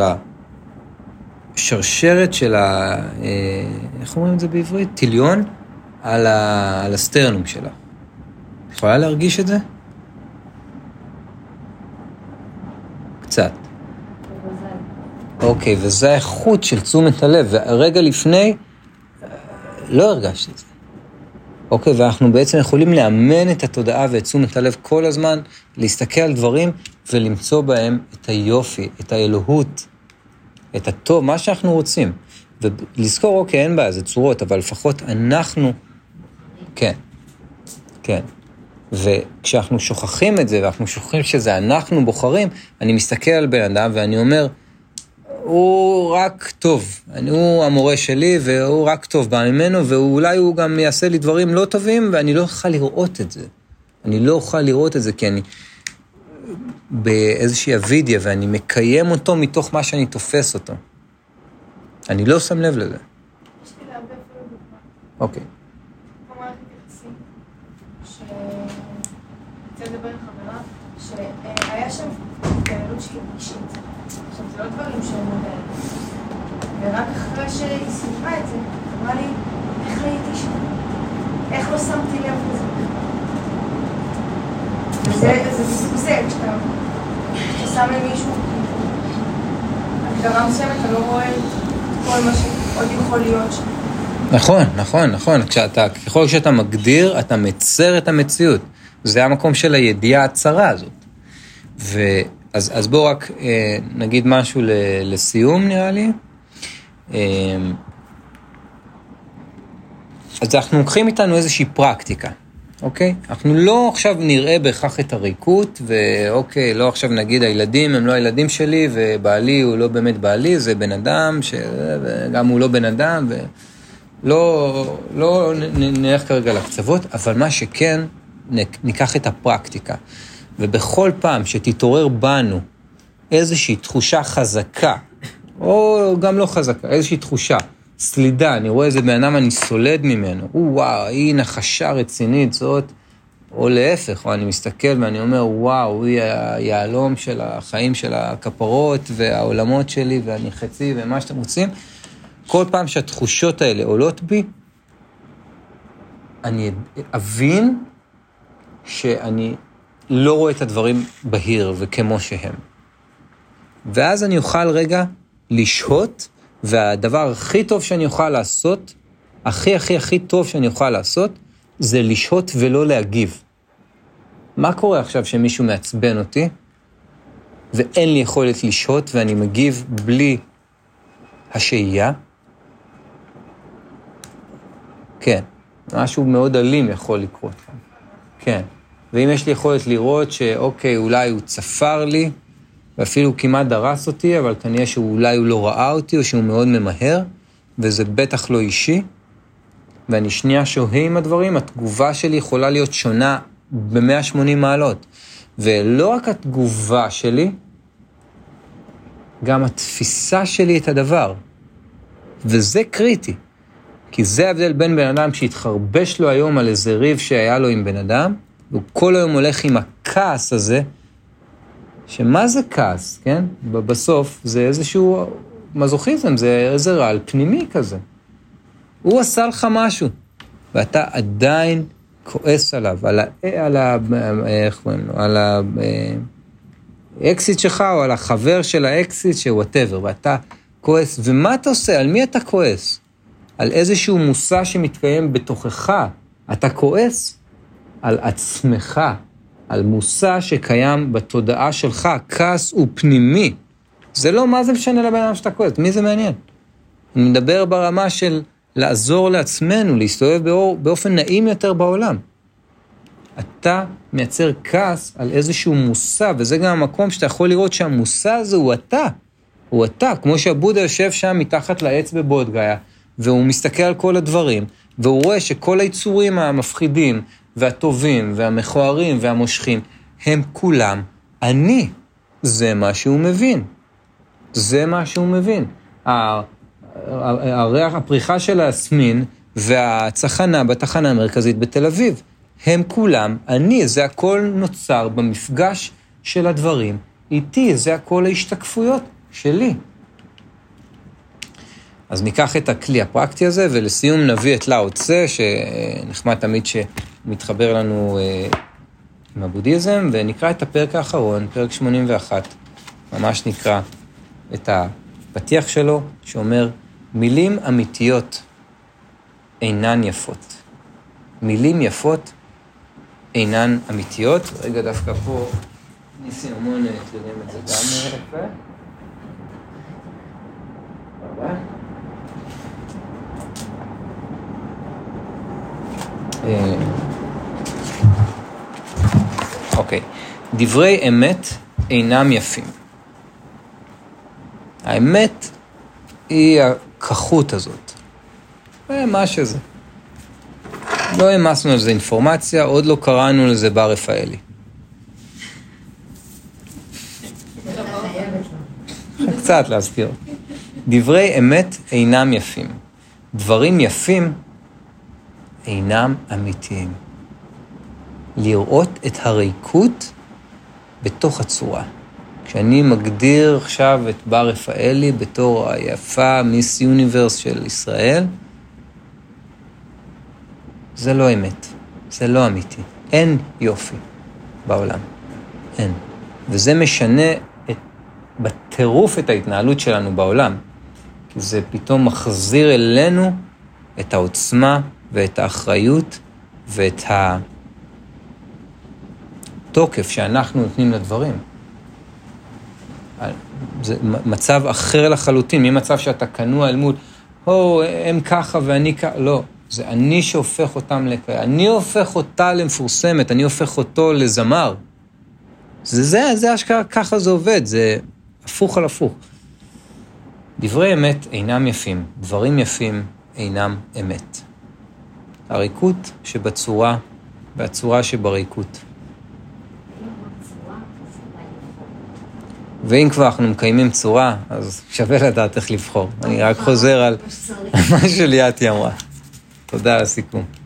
השרשרת של ה... איך אומרים את זה בעברית? טיליון על, ה... על הסטרנום שלה. יכולה להרגיש את זה? קצת. אוקיי, וזה האיכות של תשומת הלב, והרגע לפני לא הרגשתי את זה. אוקיי, ואנחנו בעצם יכולים לאמן את התודעה ואת תשומת הלב כל הזמן, להסתכל על דברים ולמצוא בהם את היופי, את האלוהות, את הטוב, מה שאנחנו רוצים. ולזכור, אוקיי, אין בעיה, זה צורות, אבל לפחות אנחנו, כן, כן. וכשאנחנו שוכחים את זה, ואנחנו שוכחים שזה אנחנו בוחרים, אני מסתכל על בן אדם ואני אומר, הוא רק טוב, הוא המורה שלי, והוא רק טוב בא ממנו, ואולי הוא גם יעשה לי דברים לא טובים, ואני לא אוכל לראות את זה. אני לא אוכל לראות את זה, כי אני באיזושהי אבידיה, ואני מקיים אותו מתוך מה שאני תופס אותו. אני לא שם לב לזה. יש לי להרבה אפילו דוגמה. אוקיי. כמו מערכת יחסים, שרציתי לדבר עם חברה, שהיה שם התעללות שהיא אישית. עכשיו, זה לא דברים שהם מודעים. ורק אחרי שהיא סיפרה את זה, אמרה לי, איך הייתי שם? איך לא שמתי לב לזה? וזה בדיוק זה, כשאתה שם למישהו, הגדרה מסוימת, אתה לא רואה כל מה שעוד יכול להיות שם. נכון, נכון, נכון. כשאתה, ככל שאתה מגדיר, אתה מצר את המציאות. זה המקום של הידיעה הצרה הזאת. ו... אז, אז בואו רק אה, נגיד משהו ל, לסיום, נראה לי. אה, אז אנחנו לוקחים איתנו איזושהי פרקטיקה, אוקיי? אנחנו לא עכשיו נראה בהכרח את הריקות, ואוקיי, לא עכשיו נגיד הילדים הם לא הילדים שלי, ובעלי הוא לא באמת בעלי, זה בן אדם, שגם הוא לא בן אדם, ולא לא נלך כרגע לקצוות, אבל מה שכן, ניקח את הפרקטיקה. ובכל פעם שתתעורר בנו איזושהי תחושה חזקה, או גם לא חזקה, איזושהי תחושה, סלידה, אני רואה איזה בן אדם, אני סולד ממנו, וואו, היא נחשה רצינית זאת, או להפך, או אני מסתכל ואני אומר, וואו, היא היעלום של החיים של הכפרות, והעולמות שלי, ואני חצי, ומה שאתם רוצים, כל פעם שהתחושות האלה עולות בי, אני אבין שאני לא רואה את הדברים בהיר וכמו שהם. ואז אני אוכל רגע לשהות, והדבר הכי טוב שאני אוכל לעשות, הכי הכי הכי טוב שאני אוכל לעשות, זה לשהות ולא להגיב. מה קורה עכשיו שמישהו מעצבן אותי, ואין לי יכולת לשהות, ואני מגיב בלי השהייה? כן, משהו מאוד אלים יכול לקרות. כן. ואם יש לי יכולת לראות שאוקיי, אולי הוא צפר לי, ואפילו הוא כמעט דרס אותי, אבל כנראה שאולי הוא לא ראה אותי, או שהוא מאוד ממהר, וזה בטח לא אישי, ואני שנייה שוהה עם הדברים, התגובה שלי יכולה להיות שונה ב-מאה ושמונים מעלות. ולא רק התגובה שלי, גם התפיסה שלי את הדבר. וזה קריטי. כי זה ההבדל בין בן אדם שהתחרבש לו היום על איזה ריב שהיה לו עם בן אדם, והוא כל היום הולך עם הכעס הזה, שמה זה כעס, כן? בסוף זה איזשהו מזוכיזם זה איזה רעל פנימי כזה. הוא עשה לך משהו, ואתה עדיין כועס עליו, על ה... על ה... איך קוראים לו? על האקסיט שלך, או על החבר של האקסיט, שוואטאבר, ואתה כועס. ומה אתה עושה? על מי אתה כועס? על איזשהו מושא שמתקיים בתוכך. אתה כועס על עצמך, על מושא שקיים בתודעה שלך. כעס הוא פנימי. זה לא מה זה משנה לבן אדם שאתה כועס. מי זה מעניין? אני מדבר ברמה של לעזור לעצמנו, להסתובב באור, באופן נעים יותר בעולם. אתה מייצר כעס על איזשהו מושא, וזה גם המקום שאתה יכול לראות שהמושא הזה הוא אתה. הוא אתה, כמו שהבודה יושב שם מתחת לעץ בבוד גאיה, והוא מסתכל על כל הדברים, והוא רואה שכל היצורים המפחידים, והטובים, והמכוערים, והמושכים, הם כולם אני. זה מה שהוא מבין. זה מה שהוא מבין. הריח, הפריחה של האסמין, והצחנה בתחנה המרכזית בתל אביב, הם כולם אני. זה הכל נוצר במפגש של הדברים. איתי, זה הכל ההשתקפויות שלי. אז ניקח את הכלי הפרקטי הזה, ולסיום נביא את לאו צה, שנחמד תמיד שמתחבר לנו אה, עם הבודהיזם, ונקרא את הפרק האחרון, פרק שמונים ואחת, ממש נקרא את הפתיח שלו, שאומר, מילים אמיתיות אינן יפות. מילים יפות אינן אמיתיות. רגע, דווקא פה ניסי המון תראים את זה גם יפה. אוקיי, דברי אמת אינם יפים. האמת היא הכחות הזאת. מה שזה. לא המסנו על זה אינפורמציה, עוד לא קראנו לזה בר רפאלי. קצת להזכיר. דברי אמת אינם יפים. דברים יפים אינם אמיתיים. לראות את הריקות בתוך הצורה. כשאני מגדיר עכשיו את בר רפאלי בתור היפה מיס יוניברס של ישראל, זה לא אמת, זה לא אמיתי. אין יופי בעולם, אין. וזה משנה את, בטירוף את ההתנהלות שלנו בעולם, כי זה פתאום מחזיר אלינו את העוצמה ואת האחריות ואת התוקף שאנחנו נותנים לדברים. זה מצב אחר לחלוטין, ממצב שאתה קנוע אל מול, או, הם ככה ואני ככה, לא. זה אני שהופך אותם לכאלה, אני הופך אותה למפורסמת, אני הופך אותו לזמר. זה זה, זה אשכרה, ככה זה עובד, זה הפוך על הפוך. דברי אמת אינם יפים, דברים יפים אינם אמת. הריקות שבצורה, והצורה שבריקות. ואם כבר אנחנו מקיימים צורה, אז שווה לדעת איך לבחור. אני רק חוזר על מה שליאתי אמרה. תודה על הסיכום.